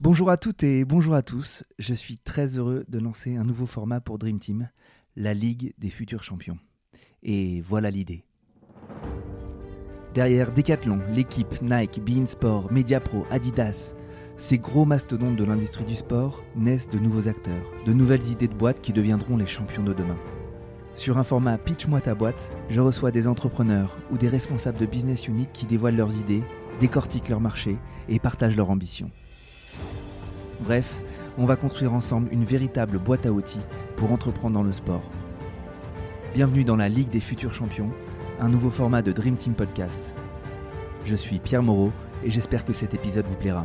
Bonjour à toutes et bonjour à tous. Je suis très heureux de lancer un nouveau format pour Dream Team, la Ligue des futurs champions. Et voilà l'idée. Derrière Decathlon, l'équipe, Nike, beIN Sport, Mediapro, Adidas, ces gros mastodontes de l'industrie du sport naissent de nouveaux acteurs, de nouvelles idées de boîtes qui deviendront les champions de demain. Sur un format Pitch-moi ta boîte, je reçois des entrepreneurs ou des responsables de business unit qui dévoilent leurs idées, décortiquent leur marché et partagent leurs ambitions. Bref, on va construire ensemble une véritable boîte à outils pour entreprendre dans le sport. Bienvenue dans la Ligue des futurs champions, un nouveau format de Dream Team Podcast. Je suis Pierre Moreau et j'espère que cet épisode vous plaira.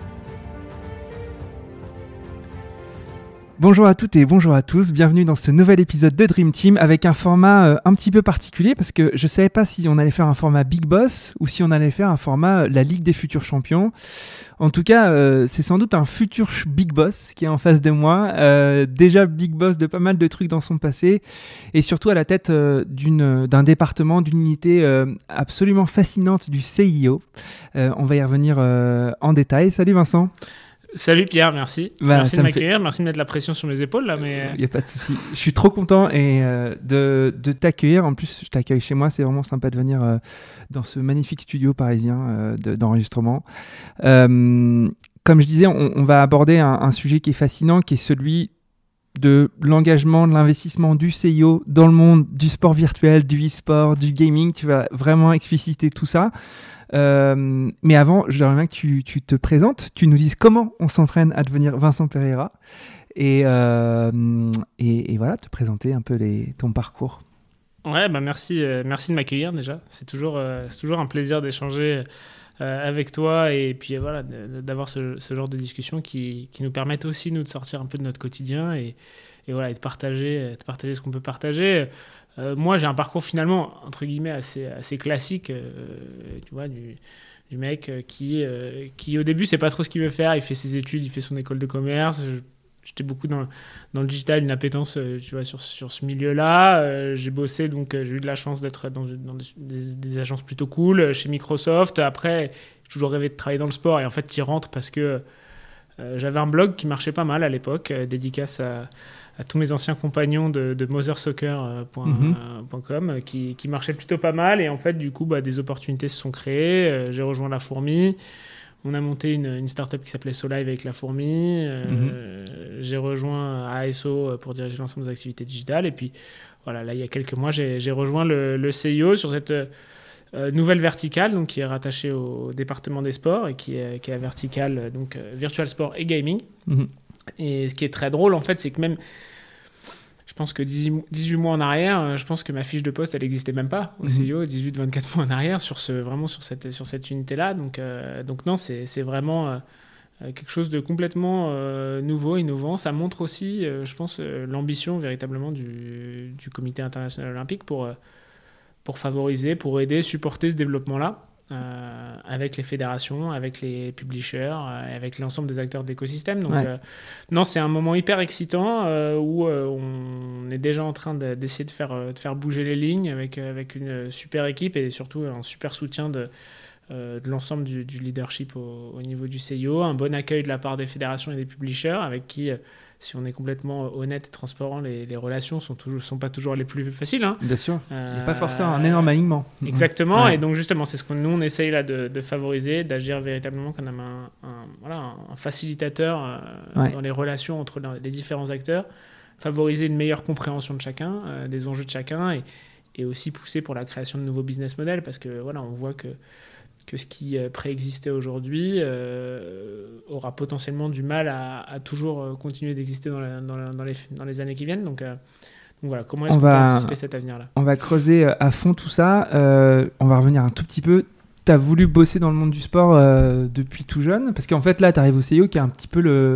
Bonjour à toutes et bonjour à tous, bienvenue dans ce nouvel épisode de Dream Team avec un format un petit peu particulier parce que je ne savais pas si on allait faire un format Big Boss ou si on allait faire un format la Ligue des futurs champions. En tout cas, c'est sans doute un futur Big Boss qui est en face de moi, déjà Big Boss de pas mal de trucs dans son passé et surtout à la tête d'un département, d'une unité absolument fascinante du CIO. On va y revenir en détail. Salut Vincent. Salut Pierre, merci. Merci de m'accueillir, merci de mettre la pression sur mes épaules là. Il n'y a pas de souci. Je suis trop content de t'accueillir. En plus, je t'accueille chez moi. C'est vraiment sympa de venir dans ce magnifique studio parisien d'enregistrement. Comme je disais, on va aborder un sujet qui est fascinant, qui est celui de l'engagement, de l'investissement du CIO dans le monde du sport virtuel, du e-sport, du gaming. Tu vas vraiment expliciter tout ça. Mais avant, j'aimerais bien que tu te présentes, tu nous dises comment on s'entraîne à devenir Vincent Pereira et voilà, te présenter un peu ton parcours. Ouais, merci de m'accueillir déjà. C'est toujours un plaisir d'échanger avec toi et puis voilà, d'avoir ce genre de discussions qui nous permettent aussi nous de sortir un peu de notre quotidien et voilà, et de partager ce qu'on peut partager. Moi, j'ai un parcours finalement, entre guillemets, assez classique, tu vois, du mec qui au début, sait pas trop ce qu'il veut faire. Il fait ses études, il fait son école de commerce. J'étais beaucoup dans le digital, une appétence, tu vois, sur ce milieu-là. J'ai bossé, donc j'ai eu de la chance d'être dans des agences plutôt cool, chez Microsoft. Après, j'ai toujours rêvé de travailler dans le sport et en fait, tu y rentres parce que j'avais un blog qui marchait pas mal à l'époque, dédicace à tous mes anciens compagnons de mothersoccer.com qui marchaient plutôt pas mal. Et en fait, du coup, des opportunités se sont créées. J'ai rejoint La Fourmi. On a monté une start-up qui s'appelait SoLive avec La Fourmi. J'ai rejoint ASO pour diriger l'ensemble des activités digitales. Et puis, voilà, là, il y a quelques mois, j'ai rejoint le CIO sur cette nouvelle verticale, donc, qui est rattachée au département des sports et qui est la verticale donc, Virtual Sport et Gaming. Et ce qui est très drôle, en fait, c'est que même, je pense que 18 mois en arrière, je pense que ma fiche de poste, elle n'existait même pas au CIO, 18-24 mois en arrière, vraiment sur cette unité-là. Donc non, c'est vraiment quelque chose de complètement nouveau, innovant. Ça montre aussi, je pense, l'ambition véritablement du Comité international olympique pour favoriser, pour aider, supporter ce développement-là. Avec les fédérations, avec les publishers, avec l'ensemble des acteurs de l'écosystème. Donc, non, c'est un moment hyper excitant où on est déjà en train d'essayer de faire bouger les lignes avec une super équipe et surtout un super soutien de l'ensemble du leadership au niveau du CIO, un bon accueil de la part des fédérations et des publishers avec qui, si on est complètement honnête et transparent, les relations sont pas toujours les plus faciles. Hein. Bien sûr, il n'y a pas forcément un énorme alignement. Exactement, et donc justement, c'est ce que nous, on essaye là de favoriser, d'agir véritablement comme un facilitateur dans les relations entre les différents acteurs, favoriser une meilleure compréhension de chacun, des enjeux de chacun, et aussi pousser pour la création de nouveaux business models, parce que voilà, on voit que ce qui préexistait aujourd'hui aura potentiellement du mal à toujours continuer d'exister dans les années qui viennent. Donc voilà, comment est-ce qu'on peut anticiper cet avenir-là ? On va creuser à fond tout ça. On va revenir un tout petit peu. Tu as voulu bosser dans le monde du sport depuis tout jeune, parce qu'en fait, là, tu arrives au CIO qui est un petit peu le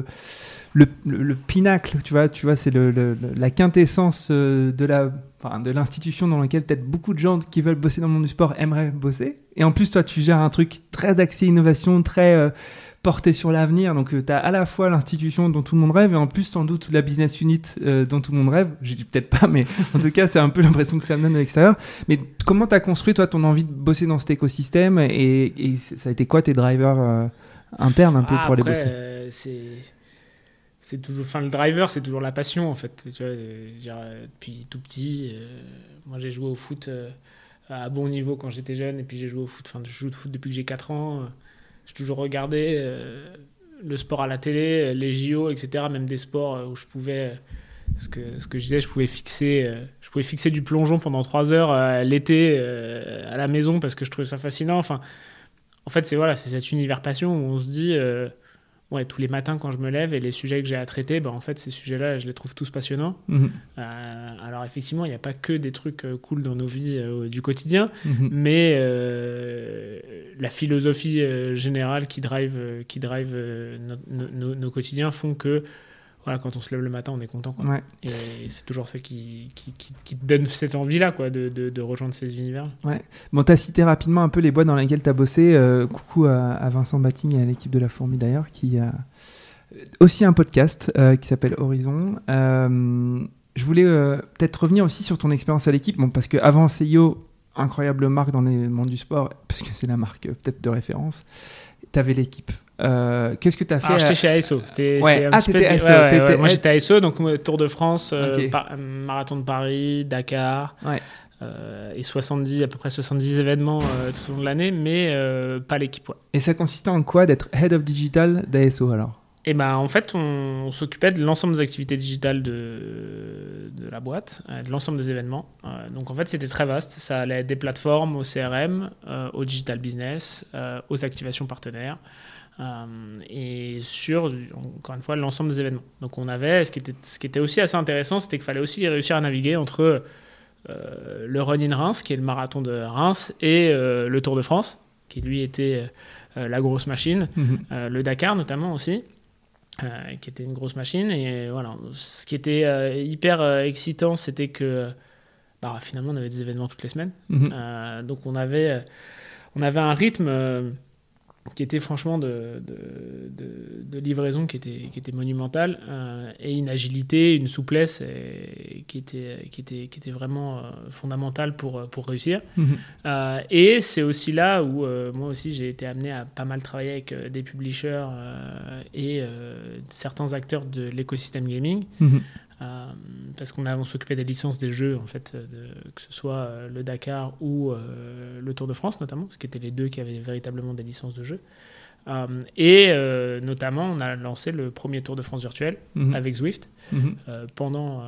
pinacle, tu vois, c'est la quintessence de l'institution dans laquelle peut-être beaucoup de gens qui veulent bosser dans le monde du sport aimeraient bosser. Et en plus, toi, tu gères un truc très axé innovation, très porté sur l'avenir. Donc, tu as à la fois l'institution dont tout le monde rêve et en plus, sans doute, la business unit dont tout le monde rêve. Je dis peut-être pas, mais en tout cas, c'est un peu l'impression que ça me donne de l'extérieur. Mais comment tu as construit, toi, ton envie de bosser dans cet écosystème et ça a été quoi tes drivers interne un peu pour aller bosser. C'est toujours, le driver, c'est toujours la passion en fait. Tu vois, depuis tout petit, moi j'ai joué au foot à bon niveau quand j'étais jeune, et puis j'ai joué au foot. Je joue au foot depuis que j'ai 4 ans. J'ai toujours regardé le sport à la télé, les JO, etc. Même des sports où je pouvais, ce que je disais, je pouvais fixer du plongeon pendant 3 heures l'été à la maison parce que je trouvais ça fascinant. Enfin, en fait, c'est cet univers passion où on se dit, tous les matins quand je me lève et les sujets que j'ai à traiter, en fait, ces sujets-là, je les trouve tous passionnants. Alors effectivement, il n'y a pas que des trucs cool dans nos vies du quotidien, mais la philosophie générale qui drive nos quotidiens font que quand on se lève le matin, on est content. Ouais. Et c'est toujours ça qui te donne cette envie-là, de rejoindre ces univers. Ouais. Bon, tu as cité rapidement un peu les boîtes dans lesquelles tu as bossé. Coucou à Vincent Batting et à l'équipe de La Fourmi d'ailleurs, qui a aussi un podcast qui s'appelle Horizon. Je voulais peut-être revenir aussi sur ton expérience à l'équipe, parce qu'avant CIO, incroyable marque dans le monde du sport, parce que c'est la marque peut-être de référence, tu avais l'équipe. Qu'est-ce que tu as fait? J'étais chez ASO. Moi j'étais à ASO, donc Tour de France, Marathon de Paris, Dakar, et à peu près 70 événements tout au long de l'année, mais pas l'équipe. Et ça consistait en quoi d'être Head of Digital d'ASO alors? Et en fait, on s'occupait de l'ensemble des activités digitales de la boîte, de l'ensemble des événements. Donc en fait, c'était très vaste. Ça allait des plateformes au CRM, au digital business, aux activations partenaires. Et sur, encore une fois, l'ensemble des événements. Donc on avait, ce qui était aussi assez intéressant, c'était qu'il fallait aussi réussir à naviguer entre le Run in Reims, qui est le marathon de Reims, et le Tour de France, qui lui était la grosse machine, le Dakar notamment aussi, qui était une grosse machine. Et voilà, ce qui était hyper excitant, c'était que finalement on avait des événements toutes les semaines. Donc on avait un rythme qui était franchement de livraison qui était monumentale, et une agilité, une souplesse qui était vraiment fondamentale pour réussir. Et c'est aussi là où moi aussi j'ai été amené à pas mal travailler avec des publishers et certains acteurs de l'écosystème gaming. Parce qu'on s'occupait des licences des jeux, en fait, que ce soit le Dakar ou le Tour de France notamment, ce qui étaient les deux qui avaient véritablement des licences de jeux. Et notamment, on a lancé le premier Tour de France virtuel avec Zwift pendant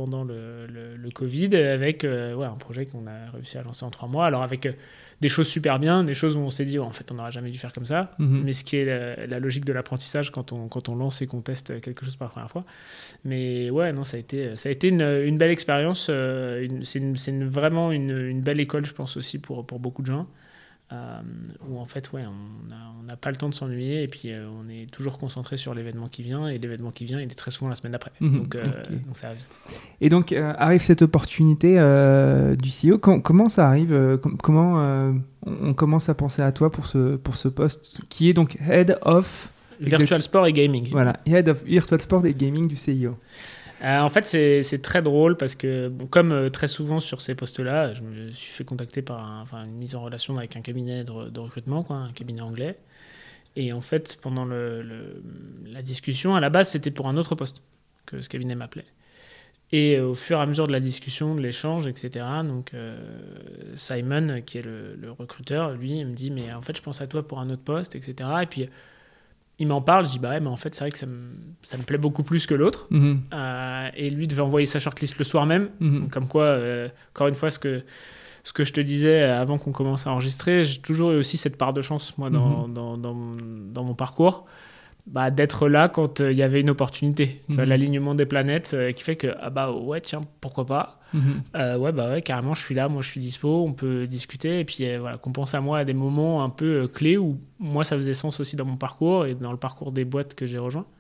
le Covid, avec un projet qu'on a réussi à lancer en 3 mois. Alors avec des choses super bien, des choses où on s'est dit en fait on n'aurait jamais dû faire comme ça, mais ce qui est la logique de l'apprentissage quand on lance et qu'on teste quelque chose pour la première fois. Mais ça a été une belle expérience. C'est vraiment une belle école, je pense aussi pour beaucoup de gens. Où en fait on n'a pas le temps de s'ennuyer, et puis on est toujours concentré sur l'événement qui vient, et l'événement qui vient il est très souvent la semaine d'après. Donc ça va vite. Et donc arrive cette opportunité du CEO. Comment ça arrive? Comment on commence à penser à toi pour ce poste qui est donc Head of Virtual Sport et Gaming. Voilà, Head of Virtual Sport et Gaming du CEO. En fait, c'est très drôle parce que, comme très souvent sur ces postes-là, je me suis fait contacter par une mise en relation avec un cabinet de recrutement, un cabinet anglais. Et en fait, pendant la discussion, à la base, c'était pour un autre poste que ce cabinet m'appelait. Et au fur et à mesure de la discussion, de l'échange, etc., donc Simon, qui est le recruteur, lui, il me dit « Mais en fait, je pense à toi pour un autre poste, etc. » Et puis, il m'en parle, je dis mais en fait c'est vrai que ça me plaît beaucoup plus que l'autre. Et lui devait envoyer sa shortlist le soir même. Donc, comme quoi, encore une fois, ce que je te disais avant qu'on commence à enregistrer, j'ai toujours eu aussi cette part de chance moi dans mon parcours, d'être là quand il y avait une opportunité. L'alignement des planètes qui fait que tiens, pourquoi pas. Carrément, je suis là, moi je suis dispo, on peut discuter, et puis qu'on pense à moi à des moments un peu clés où moi ça faisait sens aussi dans mon parcours et dans le parcours des boîtes que j'ai rejoint.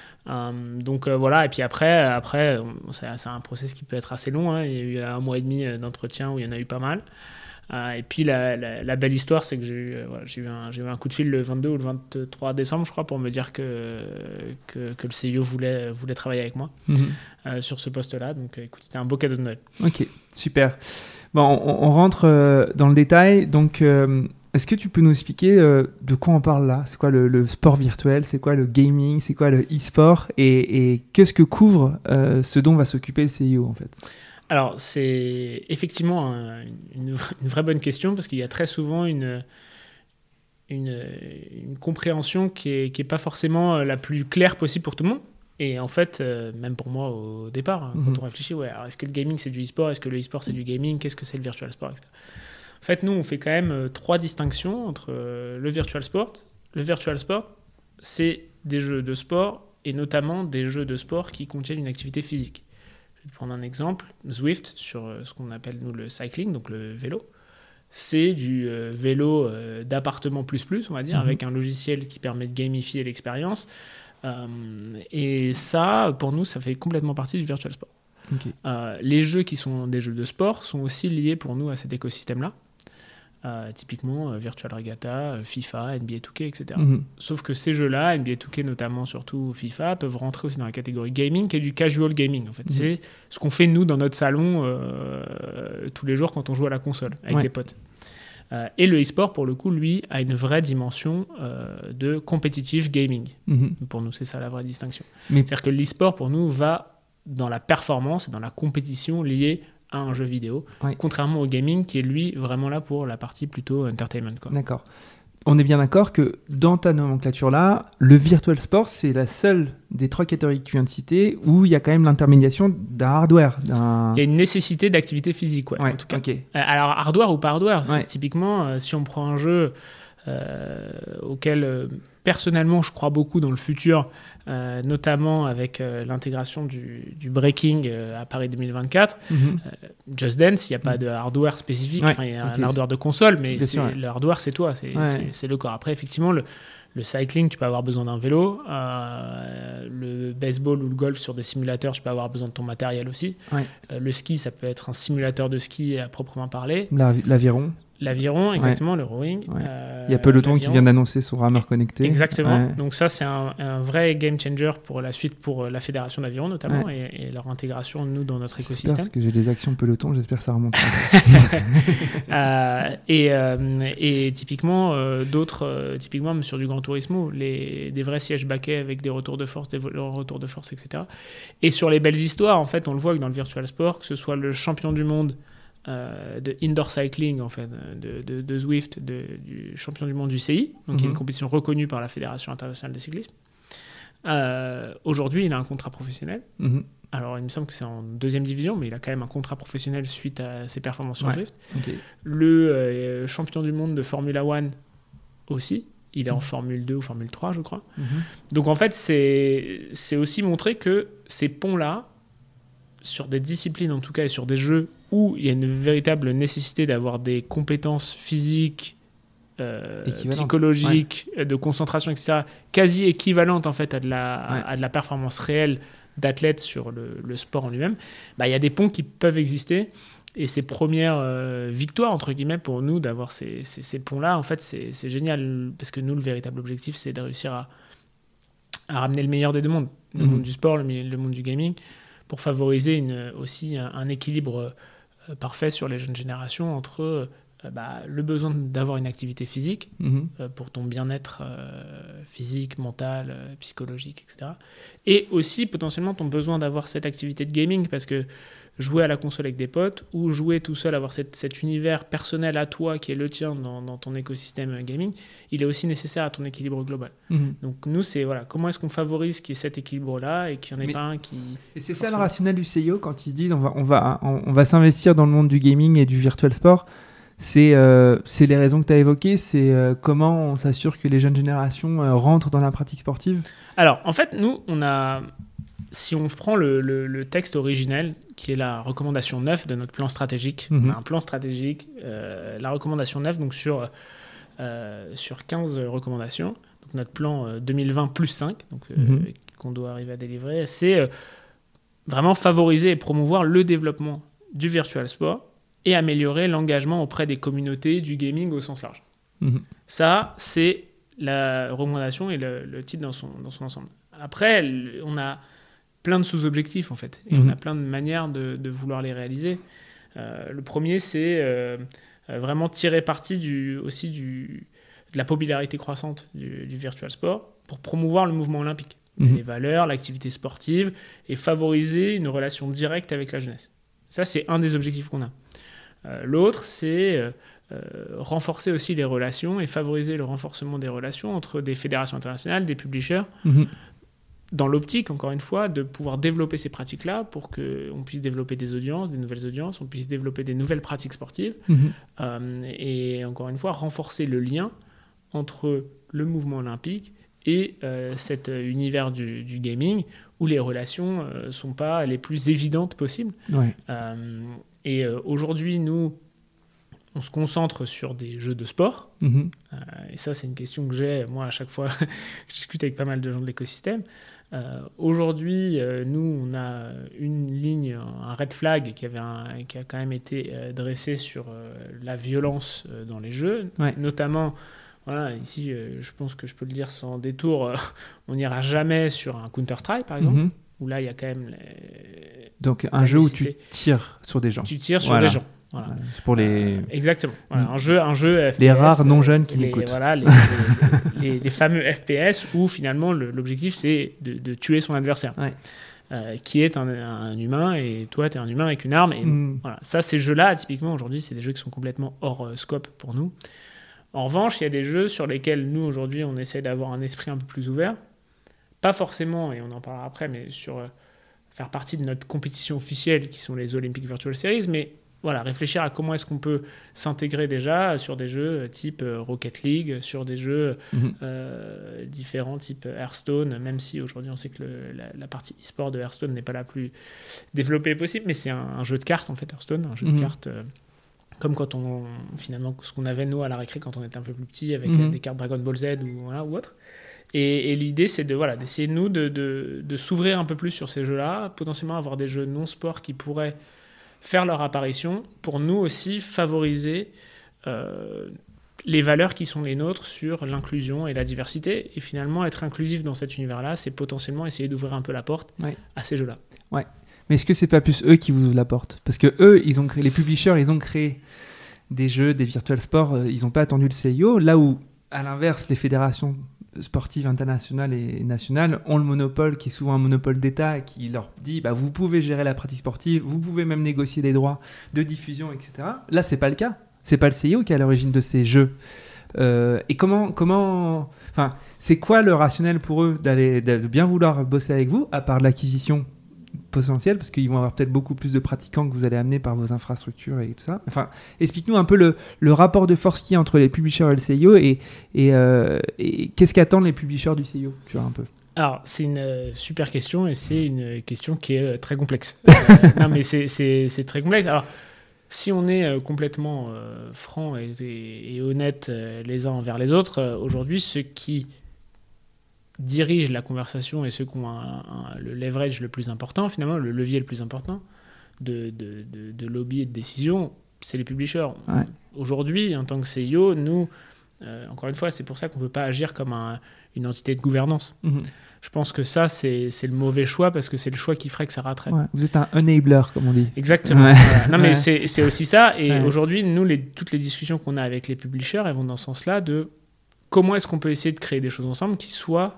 Et puis après c'est un process qui peut être assez long, il y a eu 1 mois et demi d'entretien où il y en a eu pas mal. Et puis la belle histoire, c'est que j'ai eu un coup de fil le 22 ou le 23 décembre, je crois, pour me dire que le CEO voulait travailler avec moi sur ce poste-là. Donc écoute, c'était un beau cadeau de Noël. Ok, super. Bon, on rentre dans le détail. Donc Est-ce que tu peux nous expliquer de quoi on parle là ? C'est quoi le sport virtuel ? C'est quoi le gaming ? C'est quoi le e-sport ? Et qu'est-ce que couvre ce dont va s'occuper le CIO en fait ? Alors, c'est effectivement une vraie bonne question parce qu'il y a très souvent une compréhension qui est pas forcément la plus claire possible pour tout le monde. Et en fait, même pour moi au départ, quand on réfléchit, alors est-ce que le gaming c'est du e-sport ? Est-ce que le e-sport c'est du gaming ? Qu'est-ce que c'est le virtual sport, etc. En fait, nous, on fait quand même 3 distinctions entre le virtual sport. Le virtual sport, c'est des jeux de sport et notamment des jeux de sport qui contiennent une activité physique. Je vais te prendre un exemple. Zwift, sur ce qu'on appelle nous le cycling, donc le vélo. C'est du vélo d'appartement plus, on va dire, avec un logiciel qui permet de gamifier l'expérience. Et ça, pour nous, ça fait complètement partie du virtual sport. Okay. Les jeux qui sont des jeux de sport sont aussi liés pour nous à cet écosystème-là. Typiquement Virtual Regatta, FIFA, NBA 2K, etc. Sauf que ces jeux-là, NBA 2K notamment, surtout FIFA, peuvent rentrer aussi dans la catégorie gaming, qui est du casual gaming. En fait, c'est ce qu'on fait nous dans notre salon tous les jours quand on joue à la console avec les potes. Et le e-sport, pour le coup, lui, a une vraie dimension de competitive gaming. Pour nous, c'est ça la vraie distinction. C'est-à-dire que l'e-sport, pour nous, va dans la performance et dans la compétition liée à un jeu vidéo, contrairement au gaming qui est lui vraiment là pour la partie plutôt entertainment, quoi. D'accord. On est bien d'accord que dans ta nomenclature là, le virtual sport c'est la seule des 3 catégories que tu viens de citer où il y a quand même l'intermédiation d'un hardware. Il y a une nécessité d'activité physique, en tout cas. Okay. Alors hardware ou pas hardware, typiquement si on prend un jeu auquel personnellement je crois beaucoup dans le futur, notamment avec l'intégration du breaking à Paris 2024. Just Dance, il n'y a pas de hardware spécifique, il y a un hardware de console, mais le hardware c'est toi, c'est le corps. Après effectivement le cycling, tu peux avoir besoin d'un vélo, le baseball ou le golf sur des simulateurs, tu peux avoir besoin de ton matériel aussi. Le ski, ça peut être un simulateur de ski à proprement parler. L'aviron, exactement, le rowing. Il y a Peloton qui vient d'annoncer son rameur connecté. Exactement. Donc ça, c'est un vrai game changer pour la suite, pour la fédération d'aviron notamment, et leur intégration, nous, dans notre écosystème. Parce que j'ai des actions Peloton, j'espère que ça remonte. Et typiquement, typiquement sur du Gran Turismo, des vrais sièges baquets avec des retours de force, etc. Et sur les belles histoires, en fait, on le voit que dans le virtual sport, que ce soit le champion du monde de indoor cycling en fait, de Zwift, du champion du monde du CI, donc qui est une compétition reconnue par la Fédération internationale de cyclisme. Aujourd'hui, il a un contrat professionnel. Alors, il me semble que c'est en 2e division, mais il a quand même un contrat professionnel suite à ses performances sur Zwift. Le champion du monde de Formula 1 aussi. Il est en Formule 2 ou Formule 3, je crois. Donc, en fait, c'est aussi montrer que ces ponts-là, sur des disciplines en tout cas et sur des jeux où il y a une véritable nécessité d'avoir des compétences physiques, psychologiques, de concentration, etc., quasi équivalentes en fait à de la performance réelle d'athlètes sur le sport en lui-même, il y a des ponts qui peuvent exister. Et ces premières victoires, entre guillemets, pour nous, d'avoir ces ponts-là, en fait, c'est génial. Parce que nous, le véritable objectif, c'est de réussir à ramener le meilleur des deux mondes. Le monde du sport, le monde du gaming, pour favoriser aussi un équilibre parfait sur les jeunes générations entre le besoin d'avoir une activité physique pour ton bien-être physique, mental, psychologique, etc. Et aussi potentiellement ton besoin d'avoir cette activité de gaming, parce que jouer à la console avec des potes ou jouer tout seul, avoir cet univers personnel à toi qui est le tien dans ton écosystème gaming, il est aussi nécessaire à ton équilibre global. Donc nous, c'est comment est-ce qu'on favorise qu'il y ait cet équilibre-là et qu'il n'y en ait pas un qui... Et c'est ça le rationnel du CIO quand ils se disent on va s'investir dans le monde du gaming et du virtual sport. C'est les raisons que tu as évoquées, c'est comment on s'assure que les jeunes générations rentrent dans la pratique sportive. Alors, en fait, nous, si on prend le texte originel, qui est la recommandation 9 de notre plan stratégique, on a un plan stratégique, la recommandation 9, donc sur 15 recommandations, donc notre plan 2020 plus 5, donc, qu'on doit arriver à délivrer, c'est vraiment favoriser et promouvoir le développement du virtual sport et améliorer l'engagement auprès des communautés du gaming au sens large. Ça, c'est la recommandation et le titre dans son ensemble. Après, on a plein de sous-objectifs, en fait, et on a plein de manières de vouloir les réaliser. Le premier, c'est vraiment tirer parti de la popularité croissante du virtual sport pour promouvoir le mouvement olympique, les valeurs, l'activité sportive et favoriser une relation directe avec la jeunesse. Ça, c'est un des objectifs qu'on a. L'autre, c'est renforcer aussi les relations et favoriser le renforcement des relations entre des fédérations internationales, des publishers, dans l'optique, encore une fois, de pouvoir développer ces pratiques-là pour qu'on puisse développer des audiences, des nouvelles audiences, on puisse développer des nouvelles pratiques sportives et, encore une fois, renforcer le lien entre le mouvement olympique et cet univers du gaming où les relations ne sont pas les plus évidentes possibles. Ouais. Et aujourd'hui, nous, on se concentre sur des jeux de sport. Et ça, c'est une question que j'ai, moi, à chaque fois que je discute avec pas mal de gens de l'écosystème. Aujourd'hui, nous, on a une ligne, un red flag qui a quand même été dressé sur la violence dans les jeux, notamment... Voilà, ici, je pense que je peux le dire sans détour, on n'ira jamais sur un Counter-Strike, par exemple, où là, il y a quand même... Donc, un jeu où tu tires sur des gens. Tu tires sur des gens. Voilà. C'est pour les... exactement. Voilà, un jeu FPS... Les rares non-jeunes qui m'écoutent. Voilà, les fameux FPS où, finalement, l'objectif, c'est de tuer son adversaire. Qui est un humain, et toi, tu es un humain avec une arme. Et voilà. Ça, ces jeux-là, typiquement, aujourd'hui, c'est des jeux qui sont complètement hors scope pour nous. En revanche, il y a des jeux sur lesquels nous, aujourd'hui, on essaie d'avoir un esprit un peu plus ouvert. Pas forcément, et on en parlera après, mais sur faire partie de notre compétition officielle, qui sont les Olympic Virtual Series, mais voilà, réfléchir à comment est-ce qu'on peut s'intégrer déjà sur des jeux type Rocket League, sur des jeux différents type Hearthstone, même si aujourd'hui on sait que la partie e-sport de Hearthstone n'est pas la plus développée possible, mais c'est un jeu de cartes, en fait, Hearthstone, un jeu de cartes... comme quand finalement, ce qu'on avait nous à la récré quand on était un peu plus petit avec des cartes Dragon Ball Z ou autre. Et l'idée, c'est d'essayer nous de s'ouvrir un peu plus sur ces jeux-là, potentiellement avoir des jeux non-sport qui pourraient faire leur apparition pour nous aussi favoriser les valeurs qui sont les nôtres sur l'inclusion et la diversité. Et finalement, être inclusif dans cet univers-là, c'est potentiellement essayer d'ouvrir un peu la porte à ces jeux-là. Ouais. Mais est-ce que c'est pas plus eux qui vous ouvrent la porte ? Parce que eux, les publishers, ils ont créé des jeux, des virtual sports, ils n'ont pas attendu le CIO, là où, à l'inverse, les fédérations sportives internationales et nationales ont le monopole, qui est souvent un monopole d'État, qui leur dit vous pouvez gérer la pratique sportive, vous pouvez même négocier des droits de diffusion, etc. Là, c'est pas le cas. C'est pas le CIO qui est à l'origine de ces jeux. Et c'est quoi le rationnel pour eux de bien vouloir bosser avec vous, à part l'acquisition potentiel, parce qu'ils vont avoir peut-être beaucoup plus de pratiquants que vous allez amener par vos infrastructures et tout ça. Enfin, explique-nous un peu le rapport de force qu'il y a entre les publishers et le CIO et qu'est-ce qu'attendent les publishers du CIO, tu vois, un peu. Alors, c'est une super question et c'est une question qui est très complexe. Non, mais c'est très complexe. Alors, si on est complètement franc et honnête les uns envers les autres, aujourd'hui, ceux qui dirigent la conversation et ceux qui ont le leverage le plus important, finalement, le levier le plus important de lobby et de décision, c'est les publishers. Ouais. Aujourd'hui, en tant que CIO, nous, encore une fois, c'est pour ça qu'on ne veut pas agir comme une entité de gouvernance. Je pense que ça, c'est le mauvais choix parce que c'est le choix qui ferait que ça raterait. Ouais, vous êtes un enabler, comme on dit. Exactement. Ouais. Voilà. Non, mais c'est aussi ça. Et aujourd'hui, nous, toutes les discussions qu'on a avec les publishers, elles vont dans ce sens-là de comment est-ce qu'on peut essayer de créer des choses ensemble qui soient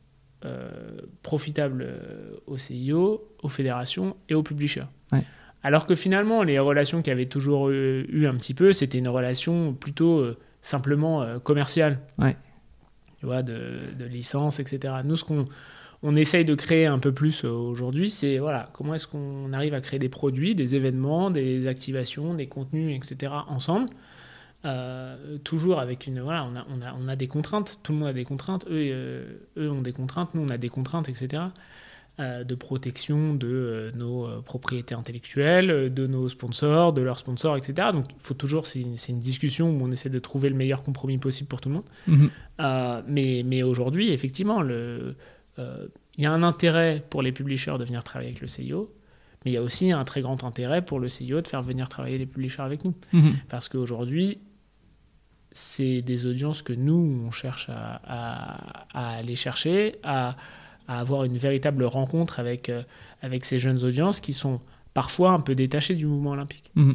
profitables aux CIO, aux fédérations et aux publishers. Ouais. Alors que finalement, les relations qu'il y avait toujours eu un petit peu, c'était une relation plutôt simplement commerciale. Ouais. Tu vois, de licence, etc. Nous, ce qu'on essaye de créer un peu plus aujourd'hui, c'est comment est-ce qu'on arrive à créer des produits, des événements, des activations, des contenus, etc. ensemble. Toujours avec on a des contraintes, tout le monde a des contraintes, eux ont des contraintes, nous on a des contraintes, etc. De protection de nos propriétés intellectuelles, de nos sponsors, de leurs sponsors, etc. Donc il faut toujours, c'est une discussion où on essaie de trouver le meilleur compromis possible pour tout le monde. Mais aujourd'hui, effectivement, il y a un intérêt pour les publishers de venir travailler avec le CIO. Mais il y a aussi un très grand intérêt pour le CIO de faire venir travailler les publishers avec nous. Parce qu'aujourd'hui, c'est des audiences que nous, on cherche à aller chercher, à avoir une véritable rencontre avec ces jeunes audiences qui sont parfois un peu détachées du mouvement olympique.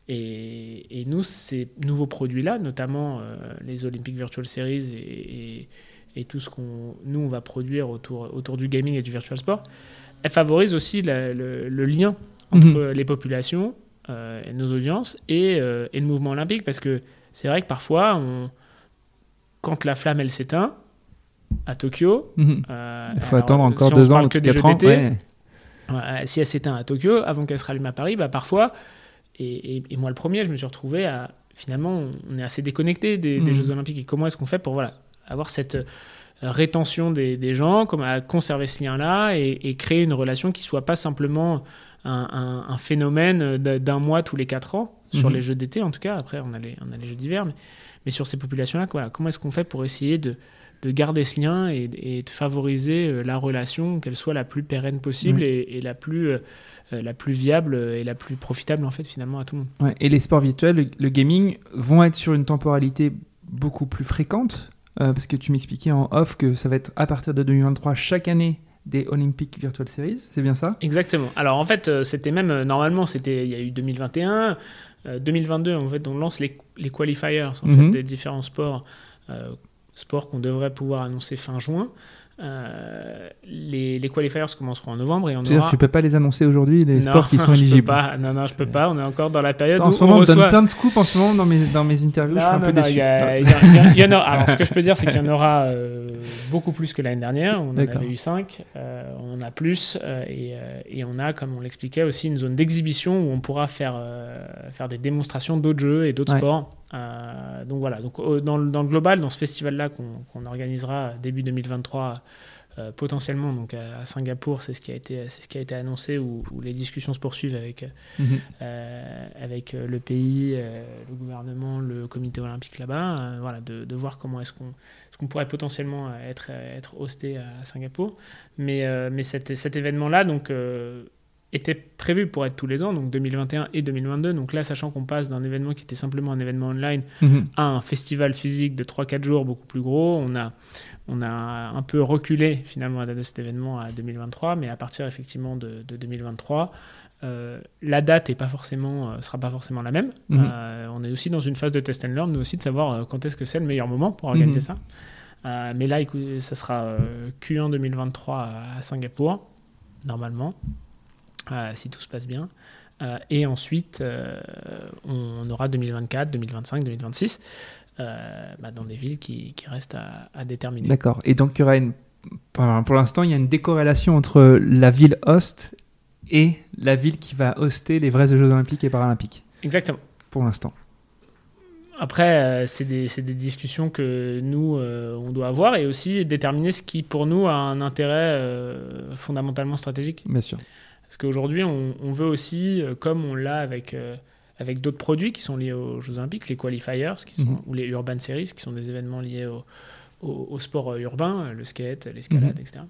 Et nous, ces nouveaux produits-là, notamment les Olympic Virtual Series et tout ce on va produire autour du gaming et du virtual sport, elles favorisent aussi le lien entre les populations, et nos audiences et le mouvement olympique, parce que c'est vrai que parfois, quand la flamme elle s'éteint à Tokyo, il faut attendre encore 2 ans ou 4 ans. Si elle s'éteint à Tokyo avant qu'elle se rallume à Paris, parfois, et moi le premier, je me suis retrouvé à finalement, on est assez déconnecté des Jeux Olympiques. Et comment est-ce qu'on fait pour avoir cette rétention des gens, à conserver ce lien-là et créer une relation qui soit pas simplement un phénomène d'un mois tous les 4 ans, sur les Jeux d'été en tout cas. Après, on a les Jeux d'hiver, mais sur ces populations-là, comment est-ce qu'on fait pour essayer de garder ce lien et de favoriser la relation, qu'elle soit la plus pérenne possible et la plus viable et la plus profitable en fait finalement à tout le monde. Ouais, et les sports virtuels, le gaming, vont être sur une temporalité beaucoup plus fréquente, parce que tu m'expliquais en off que ça va être à partir de 2023 chaque année des Olympic Virtual Series, c'est bien ça ? Exactement. Alors en fait, c'était même, normalement, il y a eu 2021, 2022, en fait, on lance les qualifiers en fait, des différents sports qu'on devrait pouvoir annoncer fin juin. Les qualifiers commenceront en novembre et on C'est-à-dire que tu peux pas les annoncer aujourd'hui, les sports qui sont éligibles. Non, je peux pas. On est encore dans la période en ce moment, on donne plein de scoops en ce moment dans mes interviews. Je suis un peu déçu. Il y en aura. Alors, ce que je peux dire, c'est qu'il y en aura beaucoup plus que l'année dernière. On en avait eu 5. On en a plus. Et on a, comme on l'expliquait, aussi une zone d'exhibition où on pourra faire des démonstrations d'autres jeux et d'autres sports. Donc voilà. Donc, dans le global, dans ce festival-là qu'on organisera début 2023, potentiellement donc à Singapour, c'est ce qui a été annoncé, où les discussions se poursuivent avec le pays, le gouvernement, le comité olympique là-bas, de voir comment est-ce qu'on pourrait potentiellement être hosté à Singapour, mais cet événement-là donc était prévu pour être tous les ans, donc 2021 et 2022. Donc là, sachant qu'on passe d'un événement qui était simplement un événement online à un festival physique de 3-4 jours beaucoup plus gros, on a un peu reculé finalement la date de cet événement à 2023, mais à partir effectivement de 2023, la date sera pas forcément la même. On est aussi dans une phase de test and learn, nous aussi, de savoir quand est-ce que c'est le meilleur moment pour organiser ça. Mais là, écoute, ça sera Q1 2023 à Singapour, normalement. Si tout se passe bien. Et ensuite, on aura 2024, 2025, 2026 dans des villes qui restent à déterminer. D'accord. Et donc, il y aura pour l'instant, il y a une décorrélation entre la ville host et la ville qui va hoster les vrais Jeux Olympiques et Paralympiques. Exactement. Pour l'instant. Après, c'est des discussions que nous, on doit avoir, et aussi déterminer ce qui, pour nous, a un intérêt fondamentalement stratégique. Bien sûr. Parce qu'aujourd'hui, on veut aussi, comme on l'a avec d'autres produits qui sont liés aux Jeux Olympiques, les qualifiers ou les urban series, qui sont des événements liés au sport urbain, le skate, l'escalade, etc.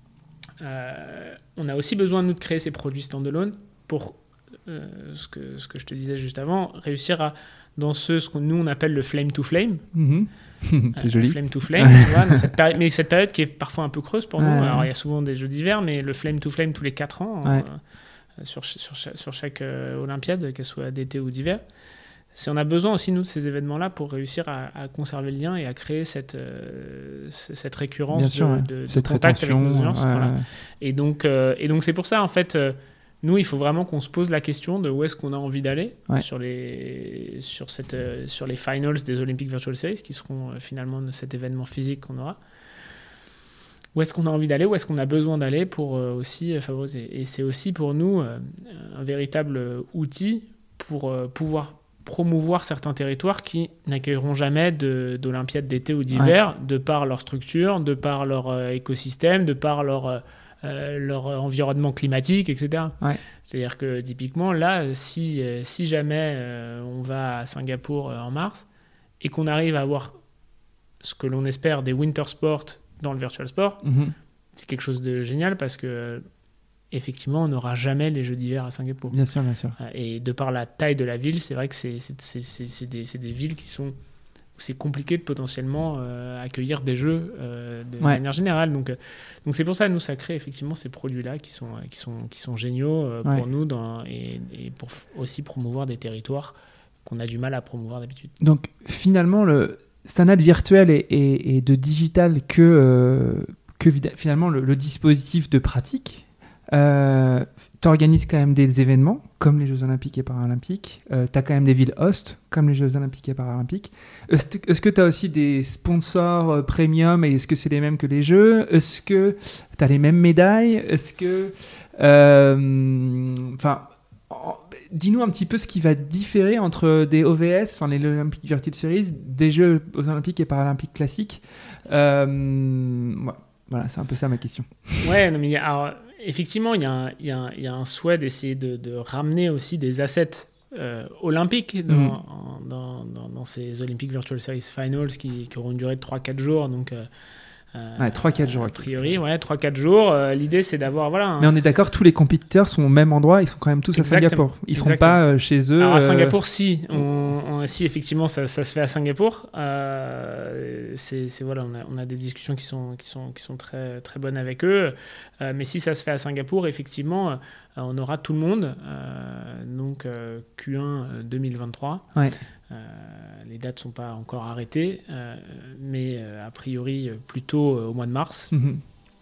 On a aussi besoin, nous, de créer ces produits standalone pour, ce que je te disais juste avant, réussir dans ce que nous, on appelle le flame to flame. C'est joli. Flame to flame, tu vois, mais cette période qui est parfois un peu creuse pour nous. Alors, il y a souvent des Jeux d'hiver, mais le flame to flame tous les 4 ans, sur chaque Olympiade, qu'elle soit d'été ou d'hiver. On a besoin aussi, nous, de ces événements-là pour réussir à conserver le lien et à créer cette récurrence de contact avec nos audiences. Voilà. Et donc, c'est pour ça, en fait, nous, il faut vraiment qu'on se pose la question de où est-ce qu'on a envie d'aller sur les finals des Olympic Virtual Series, qui seront finalement cet événement physique qu'on aura. Où est-ce qu'on a envie d'aller, où est-ce qu'on a besoin d'aller pour aussi favoriser. Et c'est aussi pour nous un véritable outil pour pouvoir promouvoir certains territoires qui n'accueilleront jamais d'Olympiades d'été ou d'hiver, de par leur structure, de par leur écosystème, de par leur environnement climatique, etc. C'est-à-dire que typiquement, là, si jamais on va à Singapour en mars et qu'on arrive à avoir ce que l'on espère des winter sports dans le virtual sport, c'est quelque chose de génial, parce que effectivement, on n'aura jamais les Jeux d'hiver à Singapour. Bien sûr, bien sûr. Et de par la taille de la ville, c'est vrai que c'est des villes où c'est compliqué de potentiellement accueillir des jeux de manière générale. Donc c'est pour ça, nous, ça crée effectivement ces produits-là qui sont géniaux pour nous, et pour aussi promouvoir des territoires qu'on a du mal à promouvoir d'habitude. Donc finalement, c'est un ad virtuel et de digital que finalement le dispositif de pratique. Tu organises quand même des événements comme les Jeux Olympiques et Paralympiques. Tu as quand même des villes hosts comme les Jeux Olympiques et Paralympiques. Est-ce que tu as aussi des sponsors premium et est-ce que c'est les mêmes que les Jeux ? Est-ce que tu as les mêmes médailles ? Est-ce que... dis-nous un petit peu ce qui va différer entre des OVS, enfin les Olympic Virtual Series, des Jeux Olympiques et Paralympiques classiques. Voilà, c'est un peu ça ma question. Ouais, non, mais alors, effectivement, il y a un souhait d'essayer de ramener aussi des assets olympiques dans ces Olympic Virtual Series Finals qui auront une durée de 3-4 jours. Donc, 3-4 jours. A priori, 3-4 jours. L'idée, c'est d'avoir... Mais on est d'accord, tous les compétiteurs sont au même endroit, ils sont quand même tous à Singapour. Ils ne seront pas chez eux. Alors, à Singapour, si. Si, effectivement, ça se fait à Singapour. Voilà, on a des discussions qui sont très, très bonnes avec eux. Mais si ça se fait à Singapour, effectivement, on aura tout le monde. Donc, Q1 2023. Ouais. Les dates ne sont pas encore arrêtées, mais a priori plutôt au mois de mars. Mm-hmm.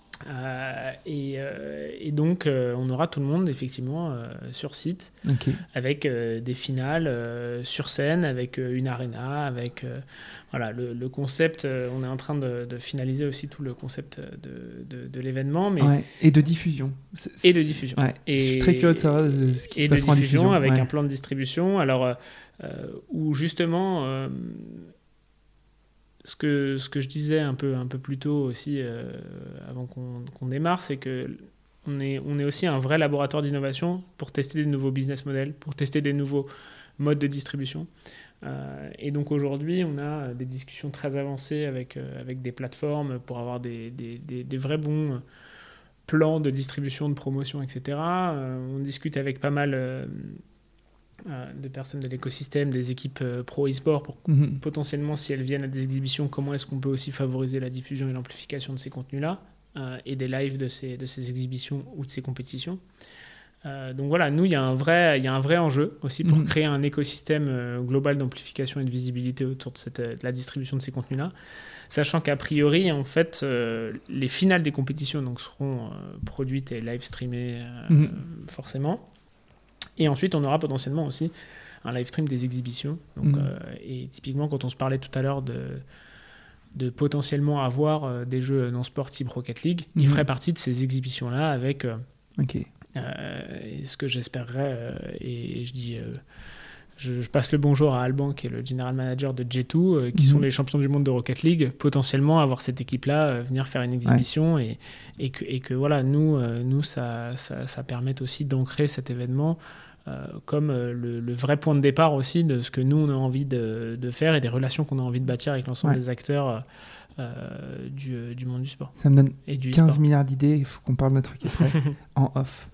Et donc, on aura tout le monde effectivement sur site, okay. avec des finales sur scène, avec une arena, avec voilà, le concept. On est en train de finaliser aussi tout le concept de l'événement. Mais... Ouais, et de diffusion. Et de diffusion. Ouais. Je suis très curieux de savoir ce qui se passera en diffusion. Avec un plan de distribution. Alors, où justement... Ce que je disais un peu plus tôt aussi, avant qu'on démarre, c'est qu'on est aussi un vrai laboratoire d'innovation pour tester des nouveaux business models, pour tester des nouveaux modes de distribution. Et donc aujourd'hui, on a des discussions très avancées avec des plateformes pour avoir des vrais bons plans de distribution, de promotion, etc. On discute avec pas mal... de personnes de l'écosystème, des équipes pro e-sport pour potentiellement, si elles viennent à des exhibitions, comment est-ce qu'on peut aussi favoriser la diffusion et l'amplification de ces contenus-là et des lives de ces exhibitions ou de ces compétitions. Donc voilà, nous, il y a un vrai enjeu aussi pour créer un écosystème global d'amplification et de visibilité autour de la distribution de ces contenus-là, sachant qu'a priori, en fait, les finales des compétitions donc, seront produites et live streamées forcément. Et ensuite, on aura potentiellement aussi un live stream des exhibitions. Donc, et typiquement, quand on se parlait tout à l'heure de potentiellement avoir des jeux non sport type Rocket League, il ferait partie de ces exhibitions-là avec ce que j'espérerais. Et je dis, je passe le bonjour à Alban, qui est le general manager de J2, qui sont les champions du monde de Rocket League. Potentiellement, avoir cette équipe-là, venir faire une exhibition et que voilà, nous ça permette aussi d'ancrer cet événement comme le vrai point de départ aussi de ce que nous on a envie de faire et des relations qu'on a envie de bâtir avec l'ensemble des acteurs du monde du sport. Ça me donne et du 15 e-sport. Milliards d'idées, il faut qu'on parle de trucs après en off.